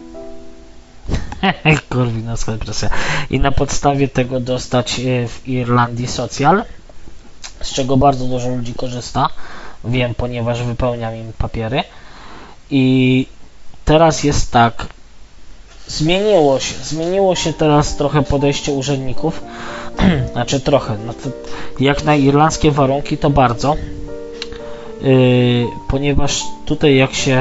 i na podstawie tego dostać w Irlandii socjal, z czego bardzo dużo ludzi korzysta, wiem, ponieważ wypełniam im papiery. I teraz jest tak, zmieniło się teraz trochę podejście urzędników, znaczy trochę, no to jak na irlandzkie warunki to bardzo, ponieważ tutaj jak się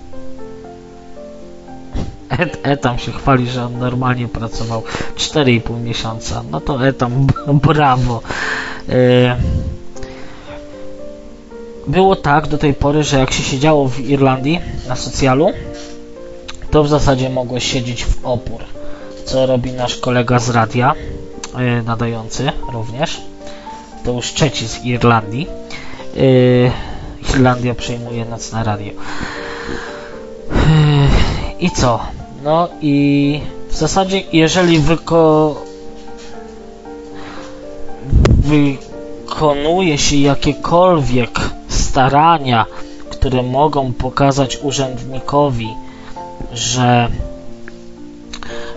Etam się chwali, że on normalnie pracował 4,5 miesiąca, no to Etam, brawo. Było tak do tej pory, że jak się siedziało w Irlandii na socjalu, to w zasadzie mogłeś siedzieć w opór, co robi nasz kolega z radia, nadający również. To już trzeci z Irlandii. Irlandia przejmuje nocne radio. I co? No i w zasadzie jeżeli wykonuje się jakiekolwiek starania, które mogą pokazać urzędnikowi, że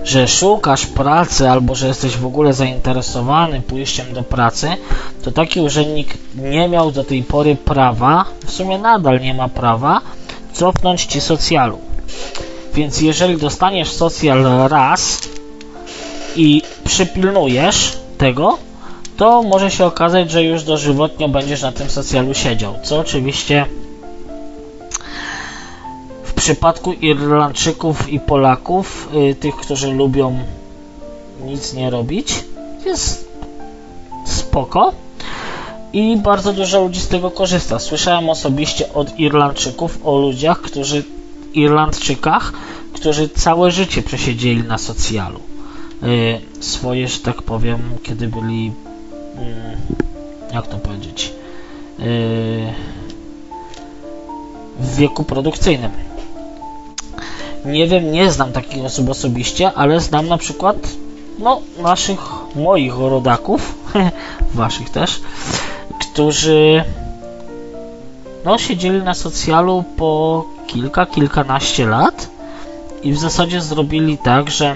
że szukasz pracy albo że jesteś w ogóle zainteresowany pójściem do pracy, to taki urzędnik nie miał do tej pory prawa, w sumie nadal nie ma prawa, cofnąć ci socjalu. Więc jeżeli dostaniesz socjal raz i przypilnujesz tego, to może się okazać, że już dożywotnio będziesz na tym socjalu siedział, co oczywiście w przypadku Irlandczyków i Polaków, tych, którzy lubią nic nie robić, jest spoko i bardzo dużo ludzi z tego korzysta. Słyszałem osobiście od Irlandczyków o ludziach, Irlandczykach, którzy całe życie przesiedzieli na socjalu. Swoje, że tak powiem, kiedy byli, jak to powiedzieć, w wieku produkcyjnym. Nie wiem, nie znam takich osób osobiście, ale znam na przykład moich rodaków, waszych też, którzy siedzieli na socjalu po kilkanaście lat i w zasadzie zrobili tak, że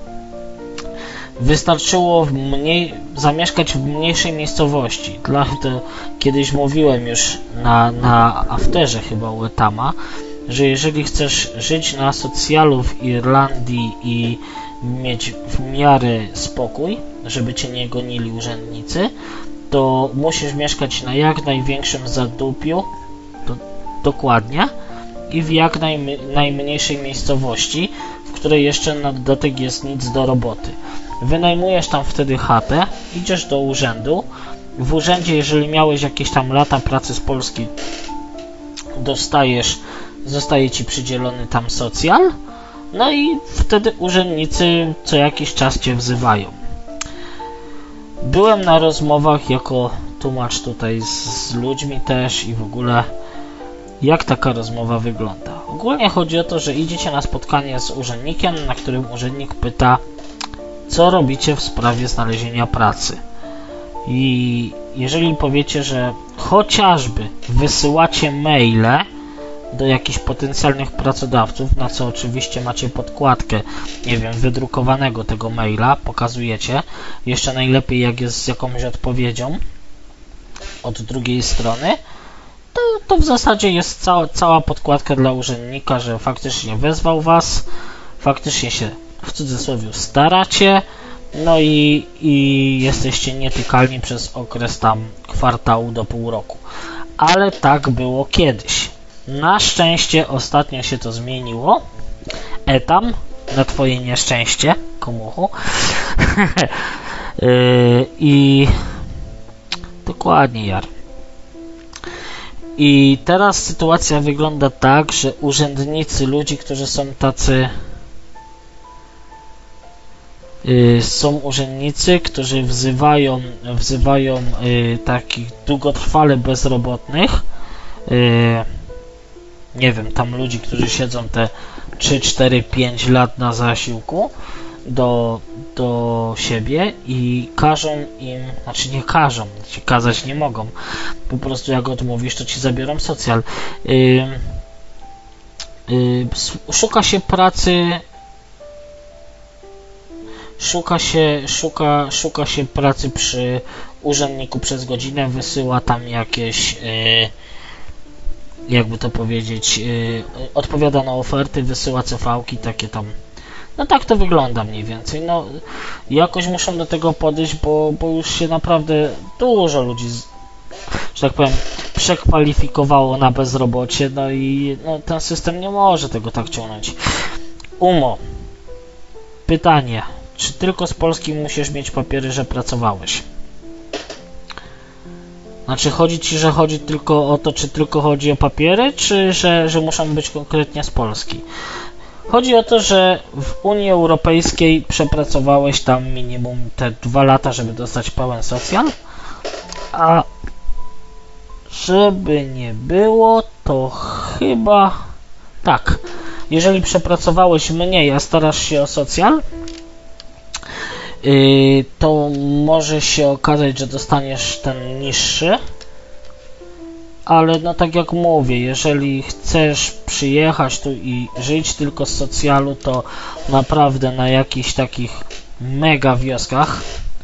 wystarczyło zamieszkać w mniejszej miejscowości. To kiedyś mówiłem już na afterze chyba u Etama, że jeżeli chcesz żyć na socjalu w Irlandii i mieć w miarę spokój, żeby cię nie gonili urzędnicy, to musisz mieszkać na jak największym zadupiu, dokładnie, i w jak najmniejszej miejscowości, w której jeszcze na dodatek jest nic do roboty. Wynajmujesz tam wtedy chatę, idziesz do urzędu. W urzędzie, jeżeli miałeś jakieś tam lata pracy z Polski, zostaje ci przydzielony tam socjal, no i wtedy urzędnicy co jakiś czas cię wzywają. Byłem na rozmowach jako tłumacz tutaj z ludźmi też i w ogóle jak taka rozmowa wygląda. Ogólnie chodzi o to, że idziecie na spotkanie z urzędnikiem, na którym urzędnik pyta, co robicie w sprawie znalezienia pracy. I jeżeli powiecie, że chociażby wysyłacie maile do jakichś potencjalnych pracodawców, na co oczywiście macie podkładkę, nie wiem, wydrukowanego tego maila, pokazujecie, jeszcze najlepiej jak jest z jakąś odpowiedzią od drugiej strony, to w zasadzie jest cała podkładka dla urzędnika, że faktycznie wezwał was, faktycznie się w cudzysłowie staracie, no i jesteście nietykalni przez okres tam kwartału do pół roku. Ale tak było kiedyś. Na szczęście ostatnio się to zmieniło. Etam, na twoje nieszczęście, komuchu. I dokładnie, Jar. I teraz sytuacja wygląda tak, że urzędnicy, ludzi, którzy są tacy... Są urzędnicy, którzy wzywają takich długotrwale bezrobotnych, nie wiem, tam ludzi, którzy siedzą te 3, 4, 5 lat na zasiłku do siebie i każą im, znaczy nie każą, ci kazać nie mogą, po prostu jak odmówisz, to ci zabiorą socjal. Szuka się pracy, szuka się pracy przy urzędniku przez godzinę, wysyła tam jakieś, jakby to powiedzieć, odpowiada na oferty, wysyła CV-ki, takie tam. No tak to wygląda mniej więcej. No jakoś muszą do tego podejść, bo już się naprawdę dużo ludzi, że tak powiem, przekwalifikowało na bezrobocie, no i ten system nie może tego tak ciągnąć. Umo. Pytanie. Czy tylko z Polski musisz mieć papiery, że pracowałeś? Znaczy chodzi ci, że chodzi tylko o to, czy tylko chodzi o papiery, czy że muszą być konkretnie z Polski? Chodzi o to, że w Unii Europejskiej przepracowałeś tam minimum te 2 lata, żeby dostać pełen socjal, a żeby nie było, to chyba tak. Jeżeli przepracowałeś mniej, a starasz się o socjal, to może się okazać, że dostaniesz ten niższy ale no tak jak mówię, jeżeli chcesz przyjechać tu i żyć tylko z socjalu, to naprawdę na jakichś takich mega wioskach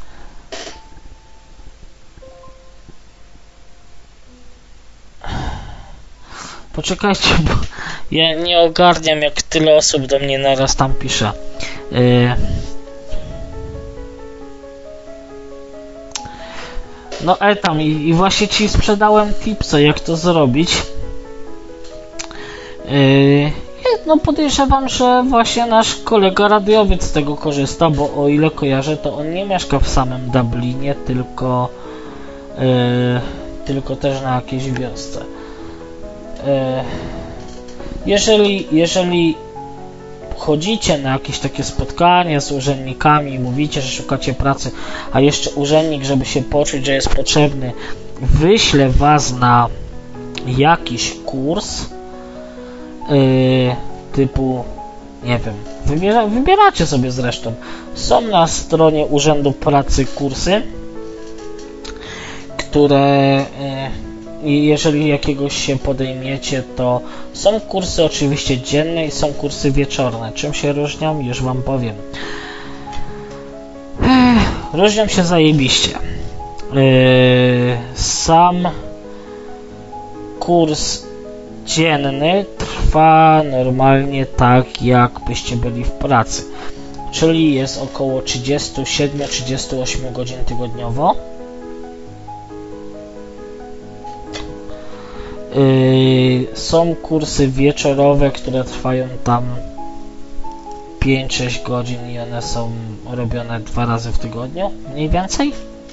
poczekajcie, bo ja nie ogarniam, jak tyle osób do mnie naraz tam pisze. No tam i właśnie ci sprzedałem tipsa, jak to zrobić. No podejrzewam, że właśnie nasz kolega radiowiec z tego korzysta, bo o ile kojarzę, to on nie mieszka w samym Dublinie, tylko też na jakiejś wiosce. Jeżeli chodzicie na jakieś takie spotkania z urzędnikami i mówicie, że szukacie pracy, a jeszcze urzędnik, żeby się poczuć, że jest potrzebny, wyśle was na jakiś kurs typu, nie wiem, wybieracie sobie zresztą. Są na stronie Urzędu Pracy kursy, które jeżeli jakiegoś się podejmiecie, to są kursy oczywiście dzienne i są kursy wieczorne. Czym się różnią? Już wam powiem. Różnią się zajebiście. Sam kurs dzienny trwa normalnie tak, jakbyście byli w pracy. Czyli jest około 37-38 godzin tygodniowo. Są kursy wieczorowe, które trwają tam 5-6 godzin i one są robione 2 razy w tygodniu, mniej więcej.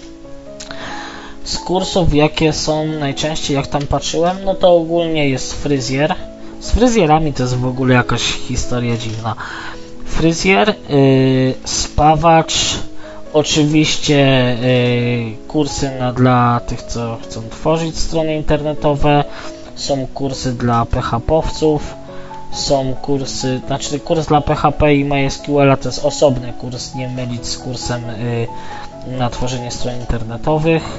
Z kursów, jakie są najczęściej, jak tam patrzyłem, no to ogólnie jest fryzjer. Z fryzjerami to jest w ogóle jakaś historia dziwna. Fryzjer, spawacz, oczywiście kursy dla tych, co chcą tworzyć strony internetowe, są kursy dla PHP-owców, są kursy, znaczy kurs dla PHP i MySQL to jest osobny kurs, nie mylić z kursem na tworzenie stron internetowych.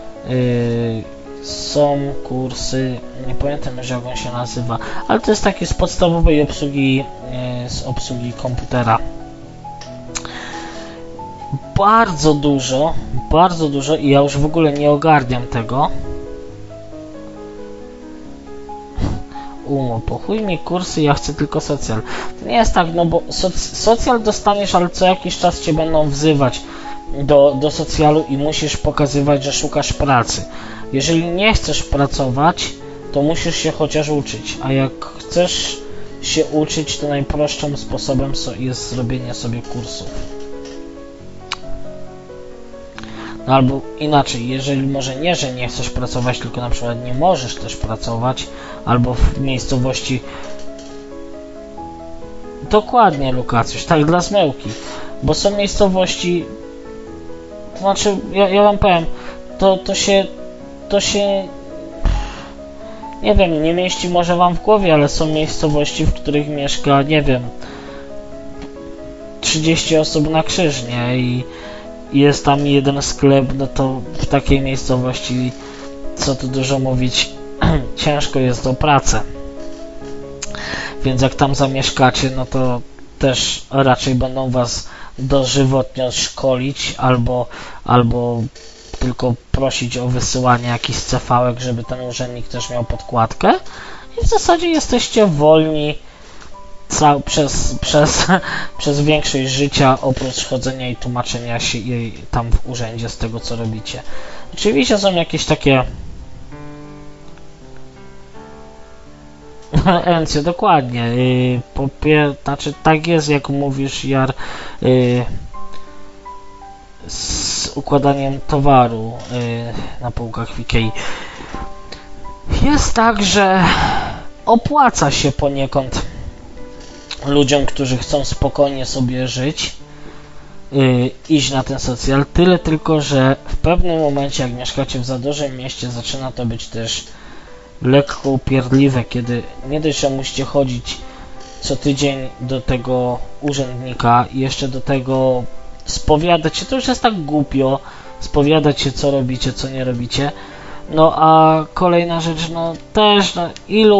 Są kursy, nie pamiętam już jak on się nazywa, ale to jest taki z podstawowej obsługi, z obsługi komputera. Bardzo dużo i ja już w ogóle nie ogarniam tego. Po chuj mi kursy, ja chcę tylko socjal. To nie jest tak, no bo socjal dostaniesz, ale co jakiś czas cię będą wzywać do socjalu i musisz pokazywać, że szukasz pracy. Jeżeli nie chcesz pracować, to musisz się chociaż uczyć, a jak chcesz się uczyć, to najprostszym sposobem jest zrobienie sobie kursów. No albo inaczej, jeżeli może nie, że nie chcesz pracować, tylko na przykład nie możesz też pracować, albo w miejscowości... Dokładnie, Lukacjusz, tak dla zmyłki, bo są miejscowości... To znaczy, ja wam powiem, to się... Nie wiem, nie mieści może wam w głowie, ale są miejscowości, w których mieszka, nie wiem, 30 osób na krzyż, nie? I jest tam jeden sklep, no to w takiej miejscowości, co tu dużo mówić, ciężko jest o pracę. Więc jak tam zamieszkacie, no to też raczej będą was dożywotnio szkolić, albo tylko prosić o wysyłanie jakichś CV-ek, żeby ten urzędnik też miał podkładkę. I w zasadzie jesteście wolni przez większość życia, oprócz chodzenia i tłumaczenia się tam w urzędzie z tego, co robicie. Oczywiście są jakieś takie... Encjo, dokładnie. Znaczy, tak jest, jak mówisz, Jar, z układaniem towaru na półkach w Ikei. Jest tak, że opłaca się poniekąd ludziom, którzy chcą spokojnie sobie żyć, iść na ten socjal. Tyle tylko, że w pewnym momencie, jak mieszkacie w za dużym mieście, zaczyna to być też lekko upierdliwe, kiedy nie dość, że musicie chodzić co tydzień do tego urzędnika i jeszcze do tego spowiadać się, to już jest tak głupio, spowiadać się, co robicie, co nie robicie, No a kolejna rzecz, no też, no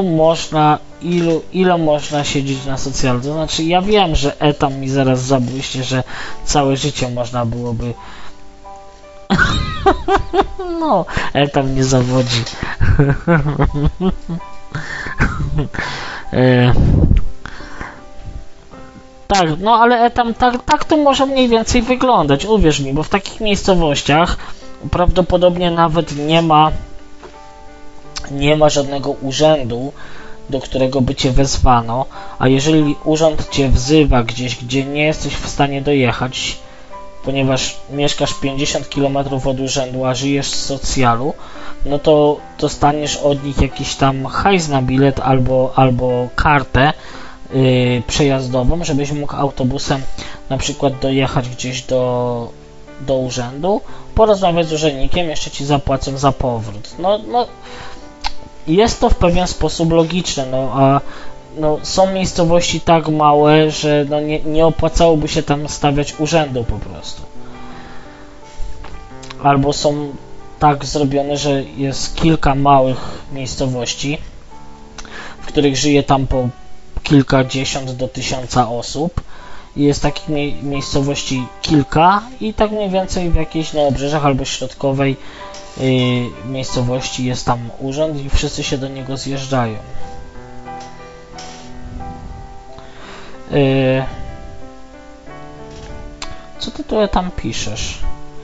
ile można siedzieć na socjalu? To znaczy, ja wiem, że etam mi zaraz zabłyśnie, że całe życie można byłoby... No, etam nie zawodzi. Tak, no ale etam, tak to może mniej więcej wyglądać, uwierz mi, bo w takich miejscowościach prawdopodobnie nawet nie ma żadnego urzędu, do którego by cię wezwano, a jeżeli urząd cię wzywa gdzieś, gdzie nie jesteś w stanie dojechać, ponieważ mieszkasz 50 km od urzędu, a żyjesz z socjalu, no to dostaniesz od nich jakiś tam hajs na bilet albo kartę przejazdową, żebyś mógł autobusem na przykład dojechać gdzieś do urzędu, porozmawiać z urzędnikiem, jeszcze ci zapłacą za powrót. No, jest to w pewien sposób logiczne, a są miejscowości tak małe, że nie opłacałoby się tam stawiać urzędu po prostu. Albo są tak zrobione, że jest kilka małych miejscowości, w których żyje tam po kilkadziesiąt do 1000 osób. Jest takich miejscowości kilka i tak mniej więcej w jakiejś na obrzeżach albo środkowej miejscowości jest tam urząd i wszyscy się do niego zjeżdżają. Co ty tu tam piszesz?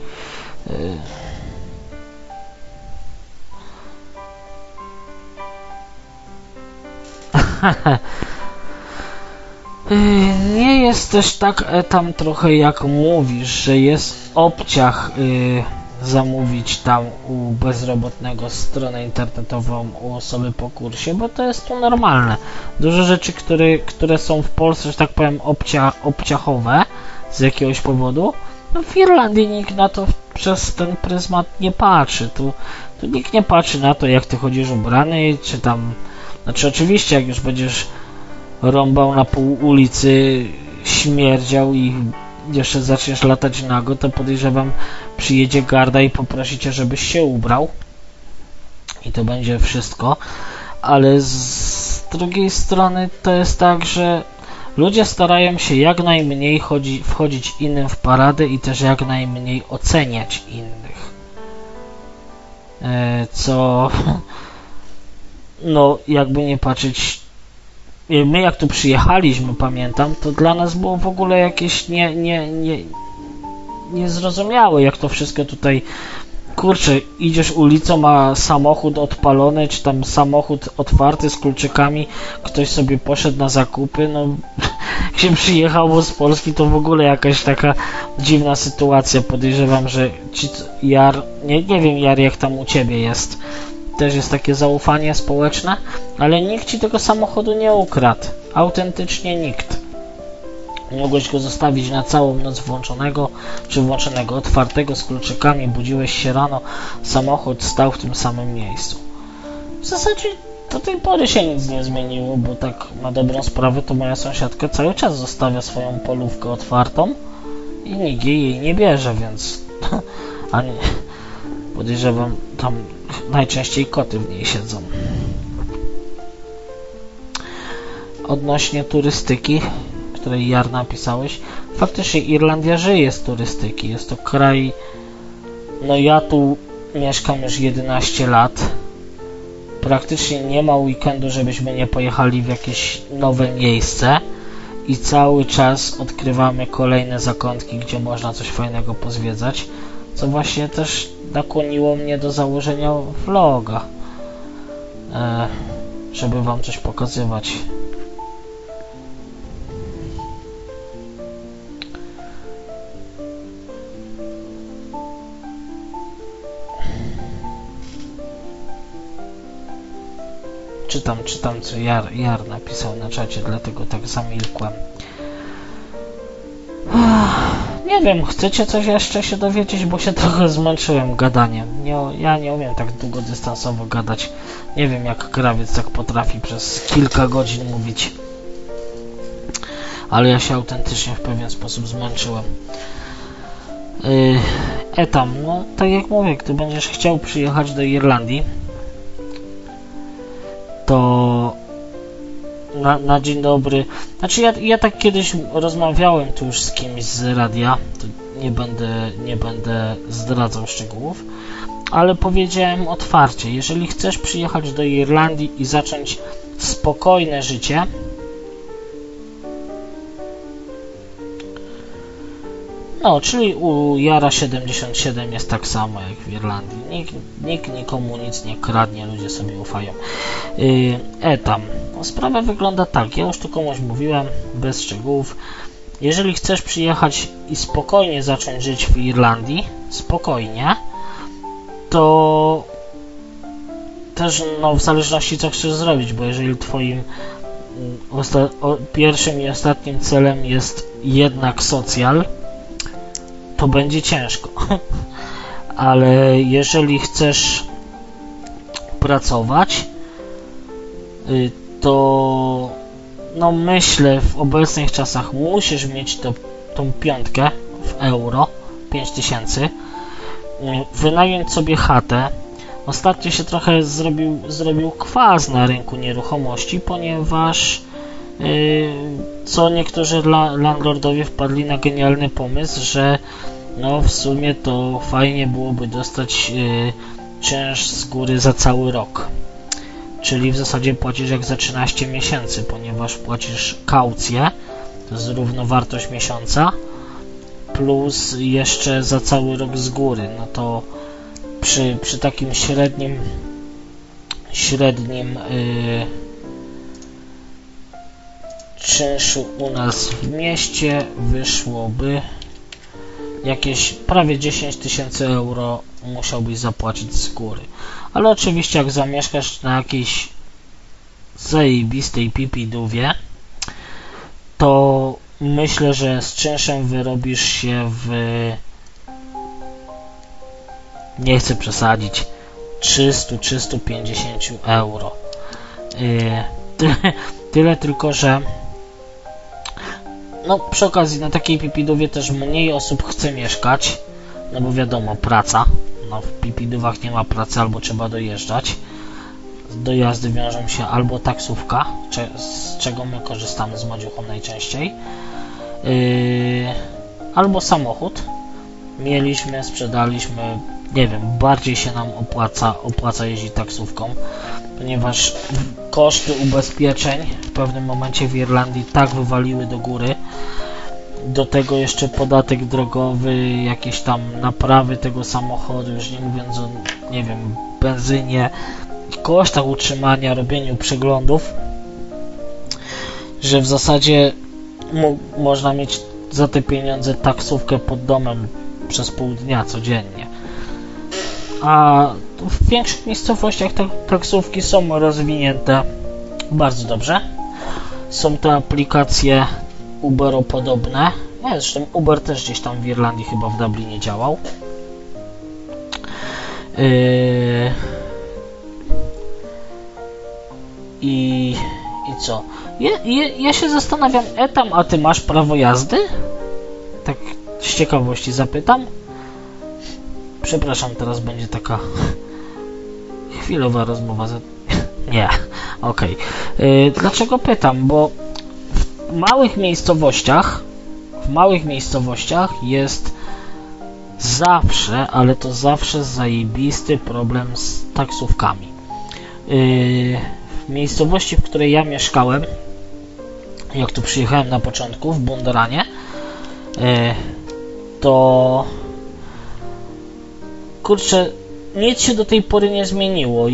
Nie jest też tak tam trochę jak mówisz, że jest obciach zamówić tam u bezrobotnego stronę internetową u osoby po kursie, bo to jest tu normalne. Dużo rzeczy, które są w Polsce, że tak powiem, obciachowe z jakiegoś powodu, no w Irlandii nikt na to przez ten pryzmat nie patrzy. Tu nikt nie patrzy na to, jak ty chodzisz ubrany, czy tam... Znaczy oczywiście, jak już będziesz rąbał na pół ulicy, śmierdział i jeszcze zaczniesz latać nago, to podejrzewam, przyjedzie garda i poprosi cię, żebyś się ubrał i to będzie wszystko, ale z drugiej strony to jest tak, że ludzie starają się jak najmniej wchodzić innym w paradę i też jak najmniej oceniać innych, co no jakby nie patrzeć, my jak tu przyjechaliśmy, pamiętam, to dla nas było w ogóle jakieś niezrozumiałe, jak to wszystko tutaj, kurczę, idziesz ulicą, a samochód odpalony, czy tam samochód otwarty z kluczykami, ktoś sobie poszedł na zakupy, no jak się przyjechało z Polski, to w ogóle jakaś taka dziwna sytuacja, podejrzewam, że nie wiem Jar, jak tam u ciebie jest, też jest takie zaufanie społeczne, ale nikt ci tego samochodu nie ukradł. Autentycznie nikt. Mogłeś go zostawić na całą noc włączonego, czy włączonego, otwartego z kluczykami, budziłeś się rano, samochód stał w tym samym miejscu. W zasadzie do tej pory się nic nie zmieniło, bo tak na dobrą sprawę to moja sąsiadka cały czas zostawia swoją polówkę otwartą i nikt jej nie bierze, więc podejrzewam, tam najczęściej koty w niej siedzą. Odnośnie turystyki, której Jar napisałeś, faktycznie Irlandia żyje z turystyki. Jest to kraj, no ja tu mieszkam już 11 lat. Praktycznie nie ma weekendu, żebyśmy nie pojechali w jakieś nowe miejsce i cały czas odkrywamy kolejne zakątki, gdzie można coś fajnego pozwiedzać, co właśnie też nakłoniło mnie do założenia vloga, żeby wam coś pokazywać. Czytam co Jar napisał na czacie, dlatego tak zamilkłem. Nie wiem, chcecie coś jeszcze się dowiedzieć, bo się trochę zmęczyłem gadaniem. Ja nie umiem tak długodystansowo gadać. Nie wiem, jak krawiec tak potrafi przez kilka godzin mówić. Ale ja się autentycznie w pewien sposób zmęczyłem. Etam, no tak jak mówię, gdy będziesz chciał przyjechać do Irlandii, to na dzień dobry, znaczy ja tak kiedyś rozmawiałem tu już z kimś z radia, to nie będę zdradzał szczegółów, ale powiedziałem otwarcie, jeżeli chcesz przyjechać do Irlandii i zacząć spokojne życie, no, czyli u Jara 77 jest tak samo jak w Irlandii. Nikt nikomu nic nie kradnie, ludzie sobie ufają. Etam. No, sprawa wygląda tak, ja już tu komuś mówiłem, bez szczegółów. Jeżeli chcesz przyjechać i spokojnie zacząć żyć w Irlandii, spokojnie, to też no, w zależności co chcesz zrobić, bo jeżeli twoim pierwszym i ostatnim celem jest jednak socjal, to będzie ciężko. Ale jeżeli chcesz pracować, to no myślę, w obecnych czasach musisz mieć tą piątkę w euro, 5000, wynająć sobie chatę. Ostatnio się trochę zrobił kwas na rynku nieruchomości, ponieważ co niektórzy landlordowie wpadli na genialny pomysł, że no w sumie to fajnie byłoby dostać czynsz z góry za cały rok. Czyli w zasadzie płacisz jak za 13 miesięcy, ponieważ płacisz kaucję, to jest równowartość miesiąca, plus jeszcze za cały rok z góry. No to przy takim średnim czynszu u nas w mieście wyszłoby jakieś prawie 10 000 euro musiałbyś zapłacić z góry. Ale oczywiście jak zamieszkasz na jakiejś zajebistej pipidówie, to myślę, że z czynszem wyrobisz się w, nie chcę przesadzić, 300-350 euro. Tyle tylko, że no przy okazji na takiej pipidówie też mniej osób chce mieszkać, no bo wiadomo, praca, no w pipidówach nie ma pracy, albo trzeba dojeżdżać. Dojazdy wiążą się albo taksówka, z czego my korzystamy z Madziuchą najczęściej, albo samochód. Mieliśmy, sprzedaliśmy, nie wiem, bardziej się nam opłaca jeździć taksówką, ponieważ koszty ubezpieczeń w pewnym momencie w Irlandii tak wywaliły do góry. Do tego jeszcze podatek drogowy, jakieś tam naprawy tego samochodu, już nie mówiąc o, nie wiem, benzynie, kosztach utrzymania, robieniu przeglądów, że w zasadzie można mieć za te pieniądze taksówkę pod domem przez pół dnia codziennie. A w większych miejscowościach taksówki są rozwinięte bardzo dobrze. Są to aplikacje Uberopodobne. Zresztą Uber też gdzieś tam w Irlandii, chyba w Dublinie działał. I co? Ja się zastanawiam, Etam, a ty masz prawo jazdy? Tak z ciekawości zapytam. Przepraszam, teraz będzie taka chwilowa rozmowa. Nie, okej. Dlaczego pytam? Bo w małych miejscowościach jest zawsze, ale to zawsze zajebisty problem z taksówkami. W miejscowości, w której ja mieszkałem, jak tu przyjechałem na początku, w Bondoranie, to kurczę, nic się do tej pory nie zmieniło.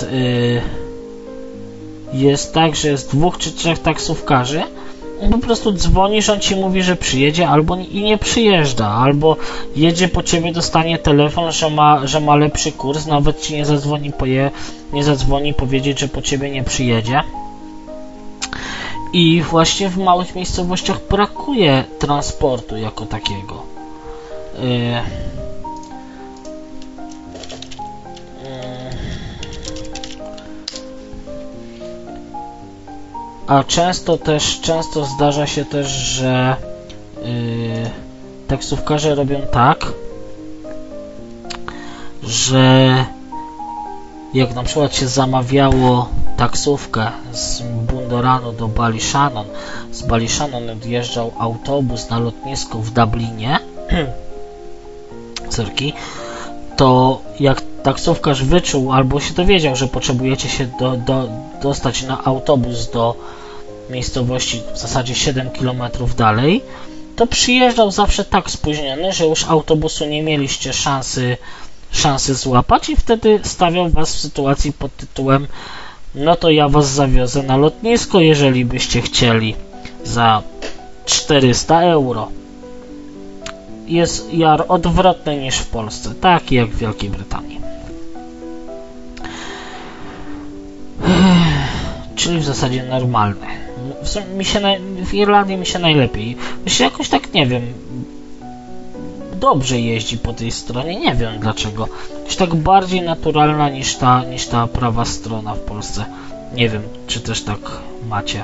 Jest tak, że jest 2 czy 3 taksówkarzy. Po prostu dzwonisz, on ci mówi, że przyjedzie, albo i nie przyjeżdża, albo jedzie po ciebie, dostanie telefon, że ma lepszy kurs, nawet ci nie zadzwoni powiedzieć, że po ciebie nie przyjedzie. I właśnie w małych miejscowościach brakuje transportu jako takiego. A często zdarza się też, że taksówkarze robią tak, że jak na przykład się zamawiało taksówkę z Bundoranu do Ballyshannon, z Ballyshannon odjeżdżał autobus na lotnisko w Dublinie, to jak taksówkarz wyczuł albo się dowiedział, że potrzebujecie się dostać na autobus do miejscowości w zasadzie 7 km dalej, to przyjeżdżał zawsze tak spóźniony, że już autobusu nie mieliście szansy złapać i wtedy stawiał was w sytuacji pod tytułem: no to ja was zawiozę na lotnisko, jeżeli byście chcieli, za 400 euro. Jest jar odwrotny niż w Polsce, tak jak w Wielkiej Brytanii. Czyli w zasadzie normalne. W Irlandii mi się najlepiej. Myślę, jakoś tak, nie wiem, dobrze jeździ po tej stronie, nie wiem dlaczego. Jakoś tak bardziej naturalna niż ta prawa strona w Polsce. Nie wiem, czy też tak macie.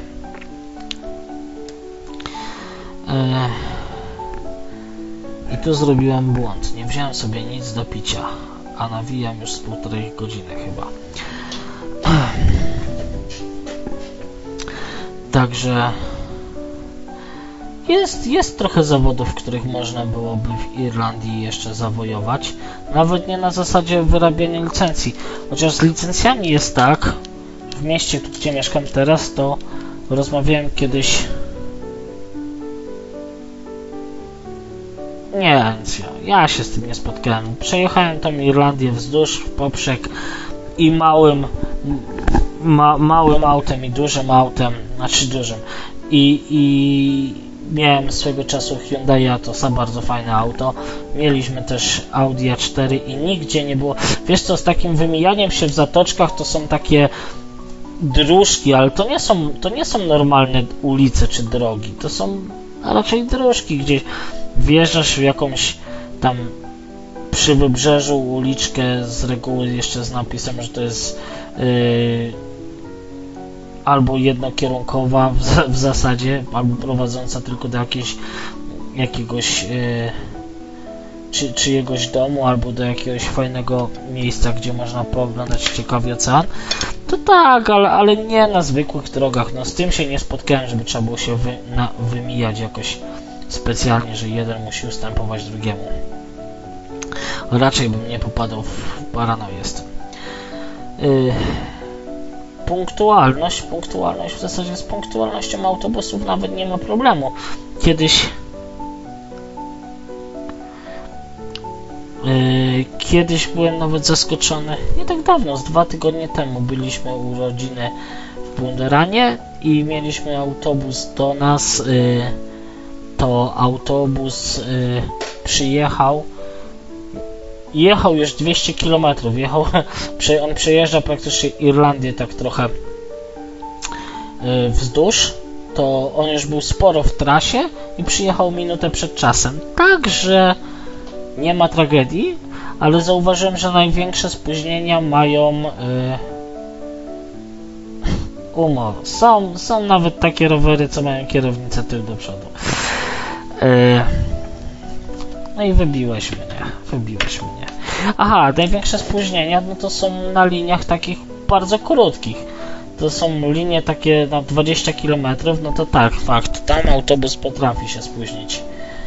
I tu zrobiłem błąd. Nie wziąłem sobie nic do picia, a nawijam już z 1,5 godziny chyba. Także jest trochę zawodów, których można byłoby w Irlandii jeszcze zawojować. Nawet nie na zasadzie wyrabiania licencji. Chociaż z licencjami jest tak, w mieście, gdzie mieszkam teraz, to rozmawiałem kiedyś... Nie, ja się z tym nie spotkałem. Przejechałem tam Irlandię wzdłuż, w poprzek i małym autem i dużym autem, znaczy dużym. I miałem swego czasu Hyundai Atosa, bardzo fajne auto. Mieliśmy też Audi A4 i nigdzie nie było... Wiesz co, z takim wymijaniem się w zatoczkach to są takie dróżki, ale to nie są normalne ulice czy drogi. To są raczej dróżki, gdzie wjeżdżasz w jakąś tam przy wybrzeżu uliczkę, z reguły jeszcze z napisem, że to jest albo jednokierunkowa w zasadzie, albo prowadząca tylko do jakiegoś czyjegoś domu, albo do jakiegoś fajnego miejsca, gdzie można pooglądać ciekawy ocean. To tak, ale nie na zwykłych drogach. No z tym się nie spotkałem, żeby trzeba było się wymijać jakoś specjalnie, że jeden musi ustępować drugiemu. Raczej bym nie popadał w paranoję z tym. Punktualność w zasadzie z punktualnością autobusów nawet nie ma problemu. Kiedyś byłem nawet zaskoczony, nie tak dawno, z 2 tygodnie temu byliśmy u rodziny w Bundoranie i mieliśmy autobus do nas. To autobus jechał już 200 km, on przejeżdża praktycznie Irlandię tak trochę wzdłuż, to on już był sporo w trasie i przyjechał minutę przed czasem, także nie ma tragedii, ale zauważyłem, że największe spóźnienia mają umowy. Są nawet takie rowery, co mają kierownicę tył do przodu. No i wybiłeś mnie. Aha, największe spóźnienia no to są na liniach takich bardzo krótkich. To są linie takie na 20 km, no to tak, fakt, tam autobus potrafi się spóźnić.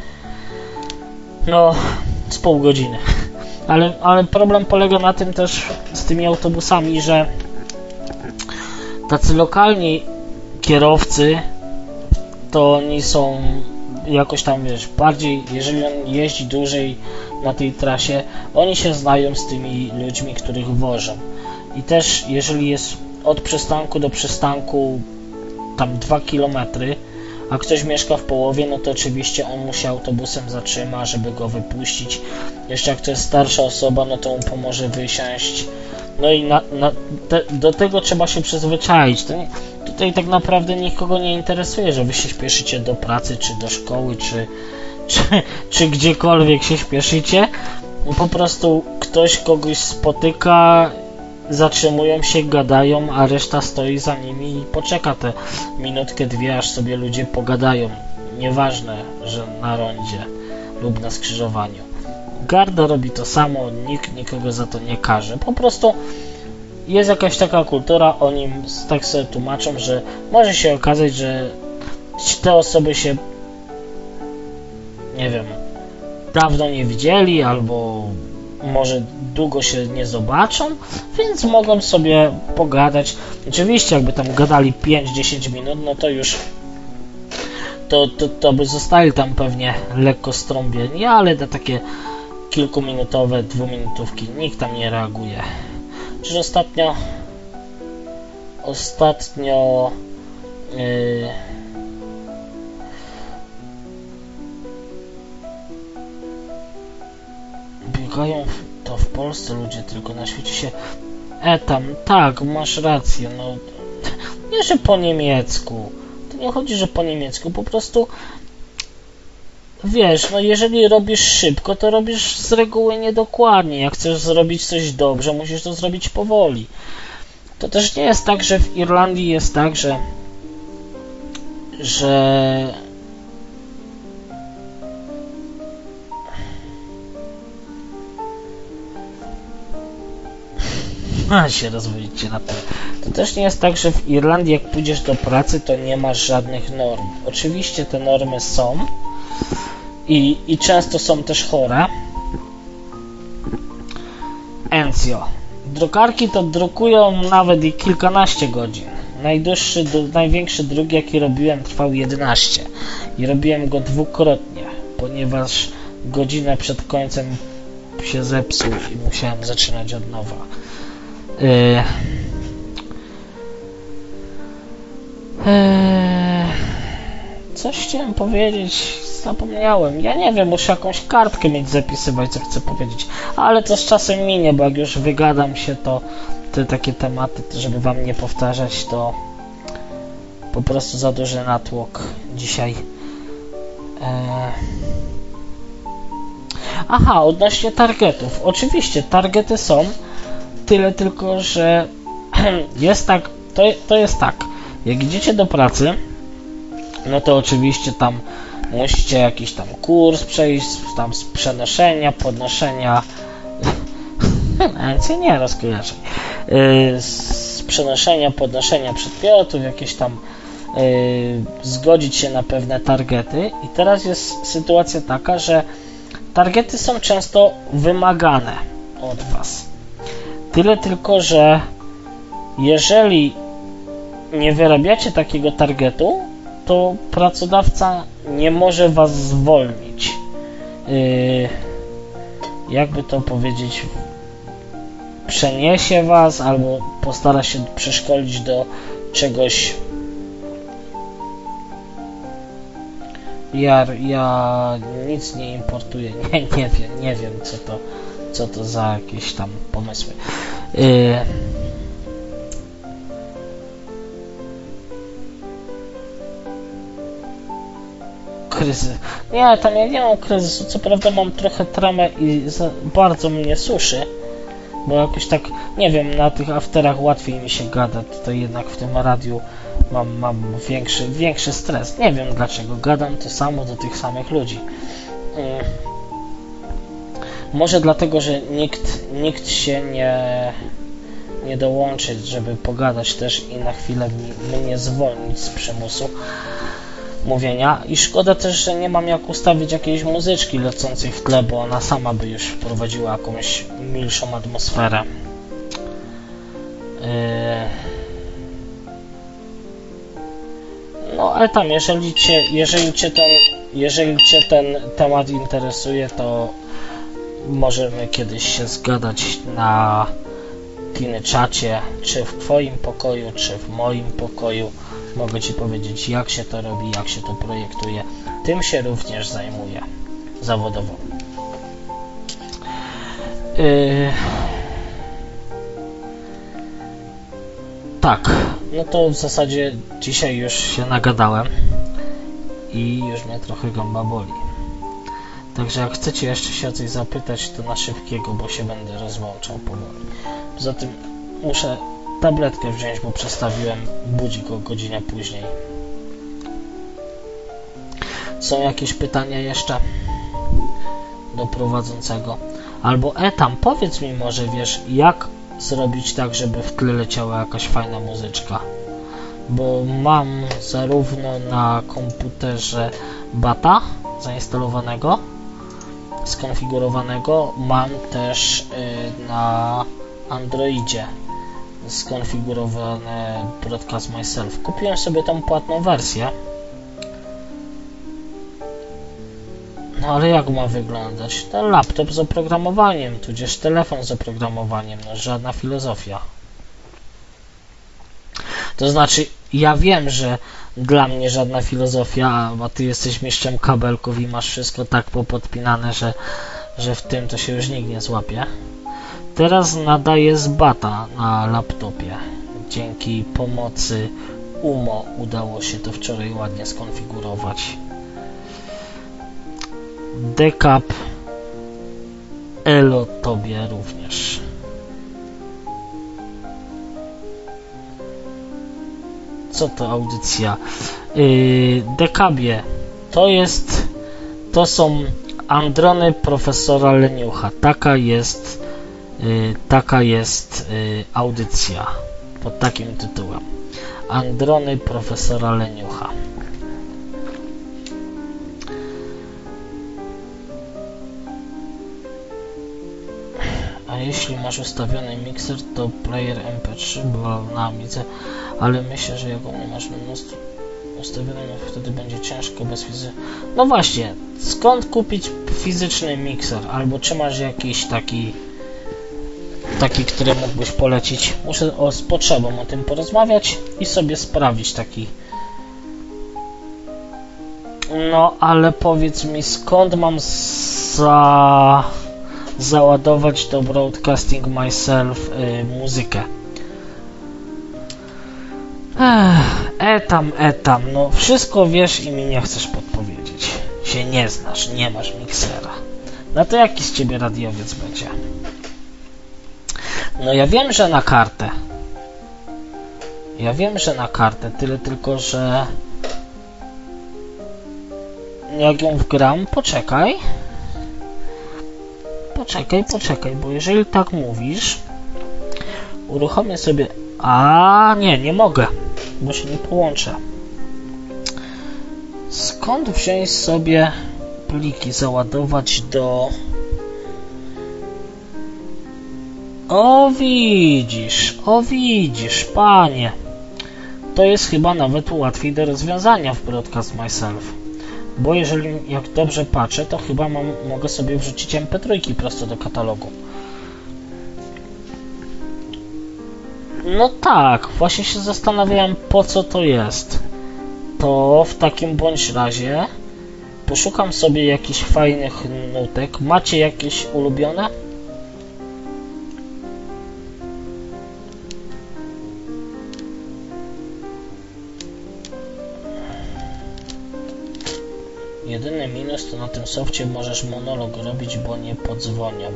No, z pół godziny. Ale problem polega na tym też z tymi autobusami, że tacy lokalni kierowcy to oni są jakoś tam, wiesz, bardziej, jeżeli on jeździ dłużej na tej trasie, oni się znają z tymi ludźmi, których wożą. I też jeżeli jest od przystanku do przystanku tam 2 km, a ktoś mieszka w połowie, no to oczywiście on mu się autobusem zatrzyma, żeby go wypuścić. Jeszcze jak to jest starsza osoba, no to mu pomoże wysiąść. No i do tego trzeba się przyzwyczaić. Tutaj tak naprawdę nikogo nie interesuje, że wy się śpieszycie do pracy, czy do szkoły, czy gdziekolwiek się śpieszycie. Po prostu ktoś kogoś spotyka, zatrzymują się, gadają, a reszta stoi za nimi i poczeka te minutkę, dwie, aż sobie ludzie pogadają. Nieważne, że na rondzie lub na skrzyżowaniu. Garda robi to samo, nikt nikogo za to nie karze. Po prostu jest jakaś taka kultura, oni tak sobie tłumaczą, że może się okazać, że te osoby się, nie wiem, dawno nie widzieli, albo może długo się nie zobaczą, więc mogą sobie pogadać. Oczywiście, jakby tam gadali 5-10 minut, no to już to by zostali tam pewnie lekko strąbieni, ale na takie kilkuminutowe, 2-minutówki nikt tam nie reaguje. Czyż ostatnio biegają to w Polsce ludzie, tylko na świecie się tam, tak, masz rację, no nie, że po niemiecku, to nie chodzi, że po niemiecku, po prostu wiesz, no jeżeli robisz szybko, to robisz z reguły niedokładnie. Jak chcesz zrobić coś dobrze, musisz to zrobić powoli. To też nie jest tak, że w Irlandii jest tak, że się rozwodzicie na to. To też nie jest tak, że w Irlandii jak pójdziesz do pracy, to nie masz żadnych norm. Oczywiście te normy są i często są też chore. Enzio. Drukarki to drukują nawet i kilkanaście godzin. Największy druk, jaki robiłem, trwał 11 i robiłem go dwukrotnie, ponieważ godzinę przed końcem się zepsuł i musiałem zaczynać od nowa. Coś chciałem powiedzieć, zapomniałem. Ja nie wiem, muszę jakąś kartkę mieć, zapisywać, co chcę powiedzieć. Ale to z czasem minie, bo jak już wygadam się, to te takie tematy, żeby wam nie powtarzać, to po prostu za duży natłok dzisiaj. Aha, odnośnie targetów. Oczywiście, targety są. Tyle tylko, że jest tak, to jest tak. Jak idziecie do pracy, no to oczywiście tam musicie jakiś tam kurs przejść, tam z przenoszenia, podnoszenia, nie rozkojarzaj, z przenoszenia, podnoszenia przedmiotów, jakieś tam zgodzić się na pewne targety. I teraz jest sytuacja taka, że targety są często wymagane od was. Tyle tylko, że jeżeli nie wyrabiacie takiego targetu, to pracodawca nie może was zwolnić. Jakby to powiedzieć, przeniesie was albo postara się przeszkolić do czegoś. Ja nic nie importuję, nie wiem co to za jakieś tam pomysły. Kryzys. Nie, tam ja nie mam kryzysu, co prawda mam trochę tremę i bardzo mnie suszy, bo jakoś tak, nie wiem, na tych afterach łatwiej mi się gada, tutaj jednak w tym radiu mam większy stres. Nie wiem dlaczego, gadam to samo do tych samych ludzi. Może dlatego, że nikt się nie dołączy, żeby pogadać też i na chwilę mnie zwolnić z przymusu mówienia. I szkoda też, że nie mam jak ustawić jakiejś muzyczki lecącej w tle, bo ona sama by już wprowadziła jakąś milszą atmosferę. No ale tam, jeżeli cię ten temat interesuje, to możemy kiedyś się zgadać na czacie, czy w twoim pokoju, czy w moim pokoju. Mogę ci powiedzieć, jak się to robi, jak się to projektuje. Tym się również zajmuję zawodowo. Tak, no to w zasadzie dzisiaj już się nagadałem i już mnie trochę gęba boli. Także jak chcecie jeszcze się o coś zapytać, to na szybkiego, bo się będę rozłączał powoli. Poza tym muszę tabletkę wziąć, bo przestawiłem budzik o godzinę później. Są jakieś pytania jeszcze do prowadzącego. Albo tam, powiedz mi może, wiesz, jak zrobić tak, żeby w tle leciała jakaś fajna muzyczka. Bo mam zarówno na komputerze bata zainstalowanego, skonfigurowanego, mam też na Androidzie skonfigurowane Broadcast Myself. Kupiłem sobie tą płatną wersję. No ale jak ma wyglądać? Ten laptop z oprogramowaniem, tudzież telefon z oprogramowaniem, no żadna filozofia. To znaczy, ja wiem, że dla mnie żadna filozofia, a ty jesteś mistrzem kabelków i masz wszystko tak popodpinane, że w tym to się już nikt nie złapie. Teraz nadaję z bata na laptopie. Dzięki pomocy UMO udało się to wczoraj ładnie skonfigurować. Decap elo tobie również. Co to audycja? Decabie to są androny profesora Leniucha. Taka jest audycja pod takim tytułem. Androny profesora Leniucha. A jeśli masz ustawiony mikser, to player MP3 była na Amidze, ale myślę, że jak nie masz ustawiony, wtedy będzie ciężko bez fizyki. No właśnie, skąd kupić fizyczny mikser? Albo czy masz jakiś taki, który mógłbyś polecić? Muszę z potrzebą o tym porozmawiać i sobie sprawdzić taki. No, ale powiedz mi, skąd mam załadować do Broadcasting Myself muzykę? Tam, no wszystko wiesz i mi nie chcesz podpowiedzieć. Się nie znasz, nie masz miksera. No to jaki z ciebie radiowiec będzie? No ja wiem, że na kartę. Tyle tylko, że jak ją wgram, poczekaj, bo jeżeli tak mówisz, uruchomię sobie... nie mogę, bo się nie połączę. Skąd wziąć sobie pliki, załadować do... O widzisz, panie. To jest chyba nawet łatwiej do rozwiązania w Broadcast Myself. Bo jeżeli, jak dobrze patrzę, to chyba mogę sobie wrzucić MP3 prosto do katalogu. No tak, właśnie się zastanawiałem, po co to jest. To w takim bądź razie poszukam sobie jakichś fajnych nutek. Macie jakieś ulubione? Jedyny minus to na tym softie możesz monolog robić, bo nie podzwonią.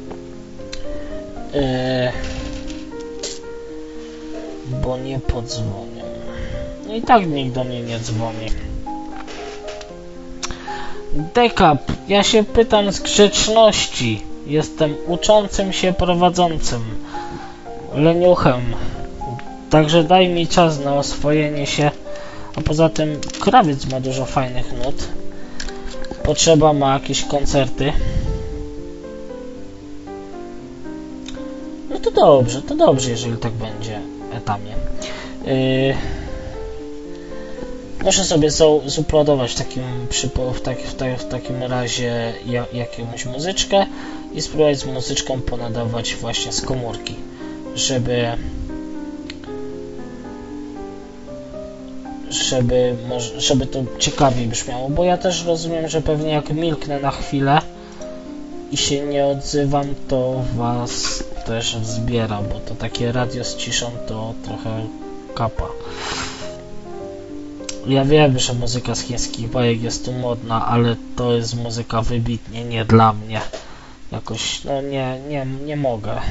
No i tak nikt do mnie nie dzwoni. Decap, ja się pytam z grzeczności. Jestem uczącym się prowadzącym leniuchem. Także daj mi czas na oswojenie się. A poza tym krawiec ma dużo fajnych nut. Potrzeba ma jakieś koncerty. No to dobrze, jeżeli tak będzie etamie. Muszę sobie zuploadować w takim razie jakąś muzyczkę i spróbować z muzyczką ponadawać właśnie z komórki, żeby to ciekawiej brzmiało, bo ja też rozumiem, że pewnie jak milknę na chwilę i się nie odzywam, to was też wzbiera, bo to takie radio z ciszą to trochę kapa. Ja wiem, że muzyka z chińskich bajek jest tu modna, ale to jest muzyka wybitnie nie dla mnie. Jakoś, no nie mogę.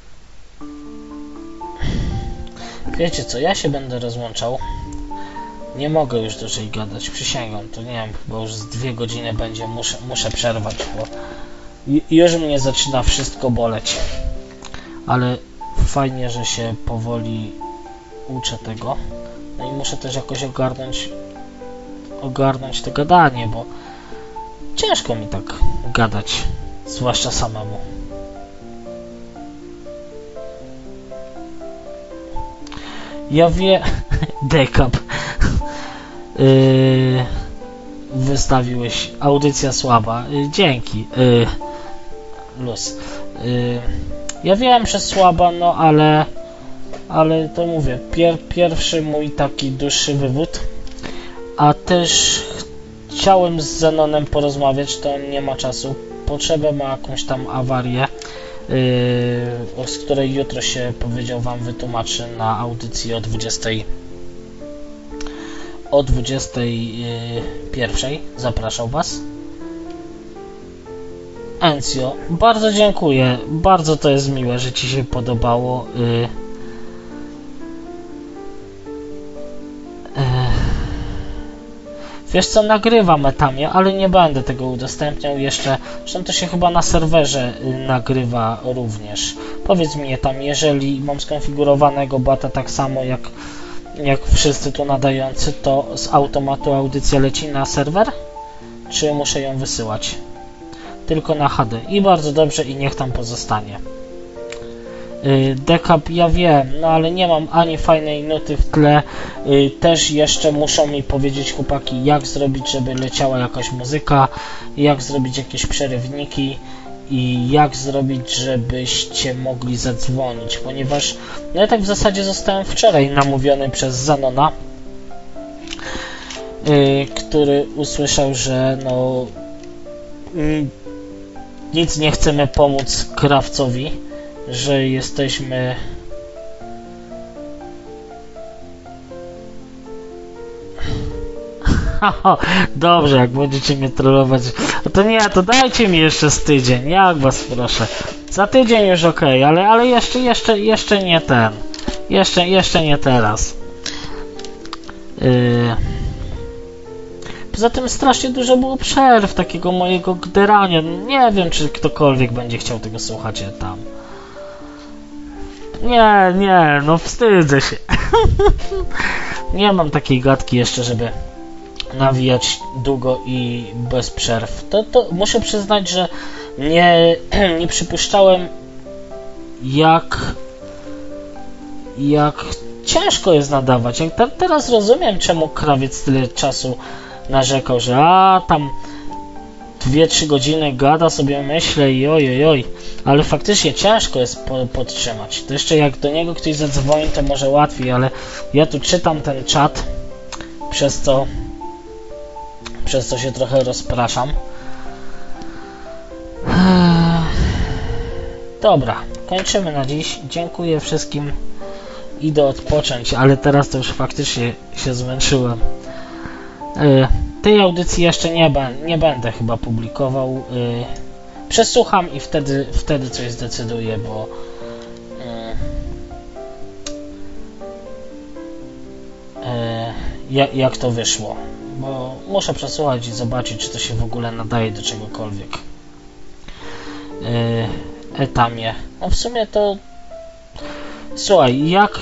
Wiecie co, ja się będę rozłączał. Nie mogę już dłużej gadać, przysięgam, to nie wiem, bo już z 2 godziny będzie, muszę przerwać, bo już mnie zaczyna wszystko boleć. Ale fajnie, że się powoli uczę tego. No i muszę też jakoś ogarnąć to gadanie, bo ciężko mi tak gadać, zwłaszcza samemu. Ja wiem, Dekap, wystawiłeś, audycja słaba, dzięki, luz. Ja wiem, że słaba, no ale to mówię, pierwszy mój taki dłuższy wywód, a też chciałem z Zenonem porozmawiać, to on nie ma czasu, potrzebę ma jakąś tam awarię, z której jutro się, powiedział wam, wytłumaczy na audycji o 21. Zapraszam was. Enzio, bardzo dziękuję, bardzo to jest miłe, że ci się podobało. Wiesz co, nagrywam etamię, ale nie będę tego udostępniał jeszcze. Zresztą to się chyba na serwerze nagrywa również. Powiedz mi tam, jeżeli mam skonfigurowanego bata tak samo jak wszyscy tu nadający, to z automatu audycja leci na serwer? Czy muszę ją wysyłać? Tylko na HD. I bardzo dobrze, i niech tam pozostanie. Dekap, ja wiem, no ale nie mam ani fajnej nuty w tle. Też jeszcze muszą mi powiedzieć chłopaki, jak zrobić, żeby leciała jakaś muzyka, jak zrobić jakieś przerywniki i jak zrobić, żebyście mogli zadzwonić, ponieważ no ja tak w zasadzie zostałem wczoraj namówiony przez Zanona, który usłyszał, że no nic nie chcemy pomóc Krawcowi, że jesteśmy dobrze, jak będziecie mnie trollować, to nie, to dajcie mi jeszcze z tydzień, jak was proszę. Za tydzień już okej, ale jeszcze nie ten. Jeszcze nie teraz. Poza tym strasznie dużo było przerw takiego mojego gderania. Nie wiem, czy ktokolwiek będzie chciał tego słuchać tam. Nie, no wstydzę się. Nie mam takiej gadki jeszcze, żeby nawijać długo i bez przerw. To muszę przyznać, że nie przypuszczałem, jak ciężko jest nadawać. Teraz rozumiem, czemu Krawiec tyle czasu narzekał, że tam 2-3 godziny gada, sobie myślę i oj, ale faktycznie ciężko jest podtrzymać. To jeszcze jak do niego ktoś zadzwoni, to może łatwiej, ale ja tu czytam ten czat, przez co się trochę rozpraszam. Dobra, kończymy na dziś. Dziękuję wszystkim. Idę odpocząć, ale teraz to już faktycznie się zmęczyłem. Tej audycji jeszcze nie będę chyba publikował. Przesłucham i wtedy coś zdecyduję, bo jak to wyszło. Bo muszę przesłuchać i zobaczyć, czy to się w ogóle nadaje do czegokolwiek. Etamie. No w sumie to... Słuchaj, jak...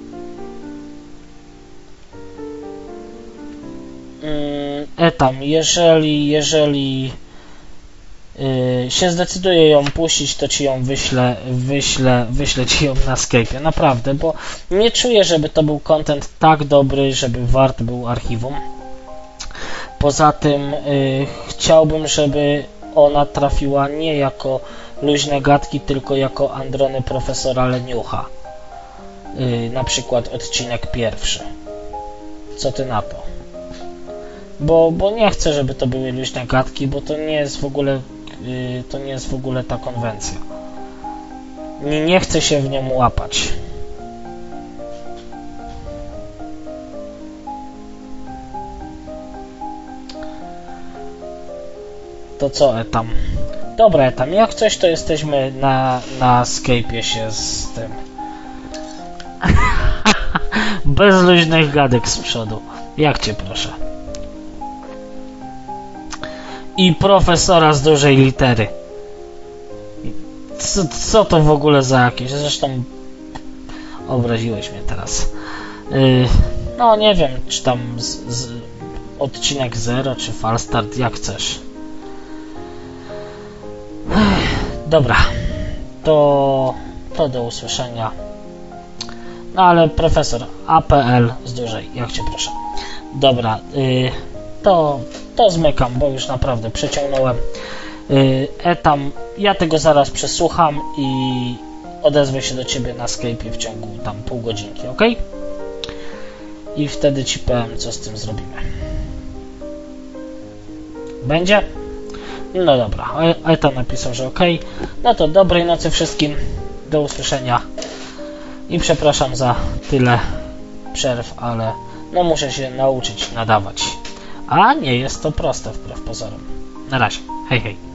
Etam, jeżeli się zdecyduję ją puścić, to ci ją wyślę ci ją na Skype'ie, naprawdę, bo nie czuję, żeby to był content tak dobry, żeby wart był archiwum. Poza tym chciałbym, żeby ona trafiła nie jako luźne gadki, tylko jako androny profesora Leniucha. Na przykład odcinek 1. Co ty na to? Bo nie chcę, żeby to były luźne gadki, bo to nie jest w ogóle ta konwencja. Nie chcę się w nią łapać. To co, Etam? Dobra, Etam, jak coś, to jesteśmy na Skype'ie się z tym. Bez luźnych gadek z przodu. Jak cię proszę. I profesora z dużej litery. Co to w ogóle za jakieś? Zresztą obraziłeś mnie teraz. No nie wiem, czy tam odcinek 0, czy Falstart, jak chcesz. Dobra. To do usłyszenia. No ale profesor APL z dużej, jak cię proszę. Dobra, to zmykam, bo już naprawdę przeciągnąłem etam. Ja tego zaraz przesłucham i odezwę się do ciebie na Skype'ie w ciągu tam pół godzinki, ok? I wtedy ci powiem, co z tym zrobimy. Będzie? No dobra, etam napisał, że ok. No to dobrej nocy wszystkim, do usłyszenia i przepraszam za tyle przerw, ale no muszę się nauczyć nadawać. A nie jest to proste wbrew pozorom. Na razie. Hej, hej.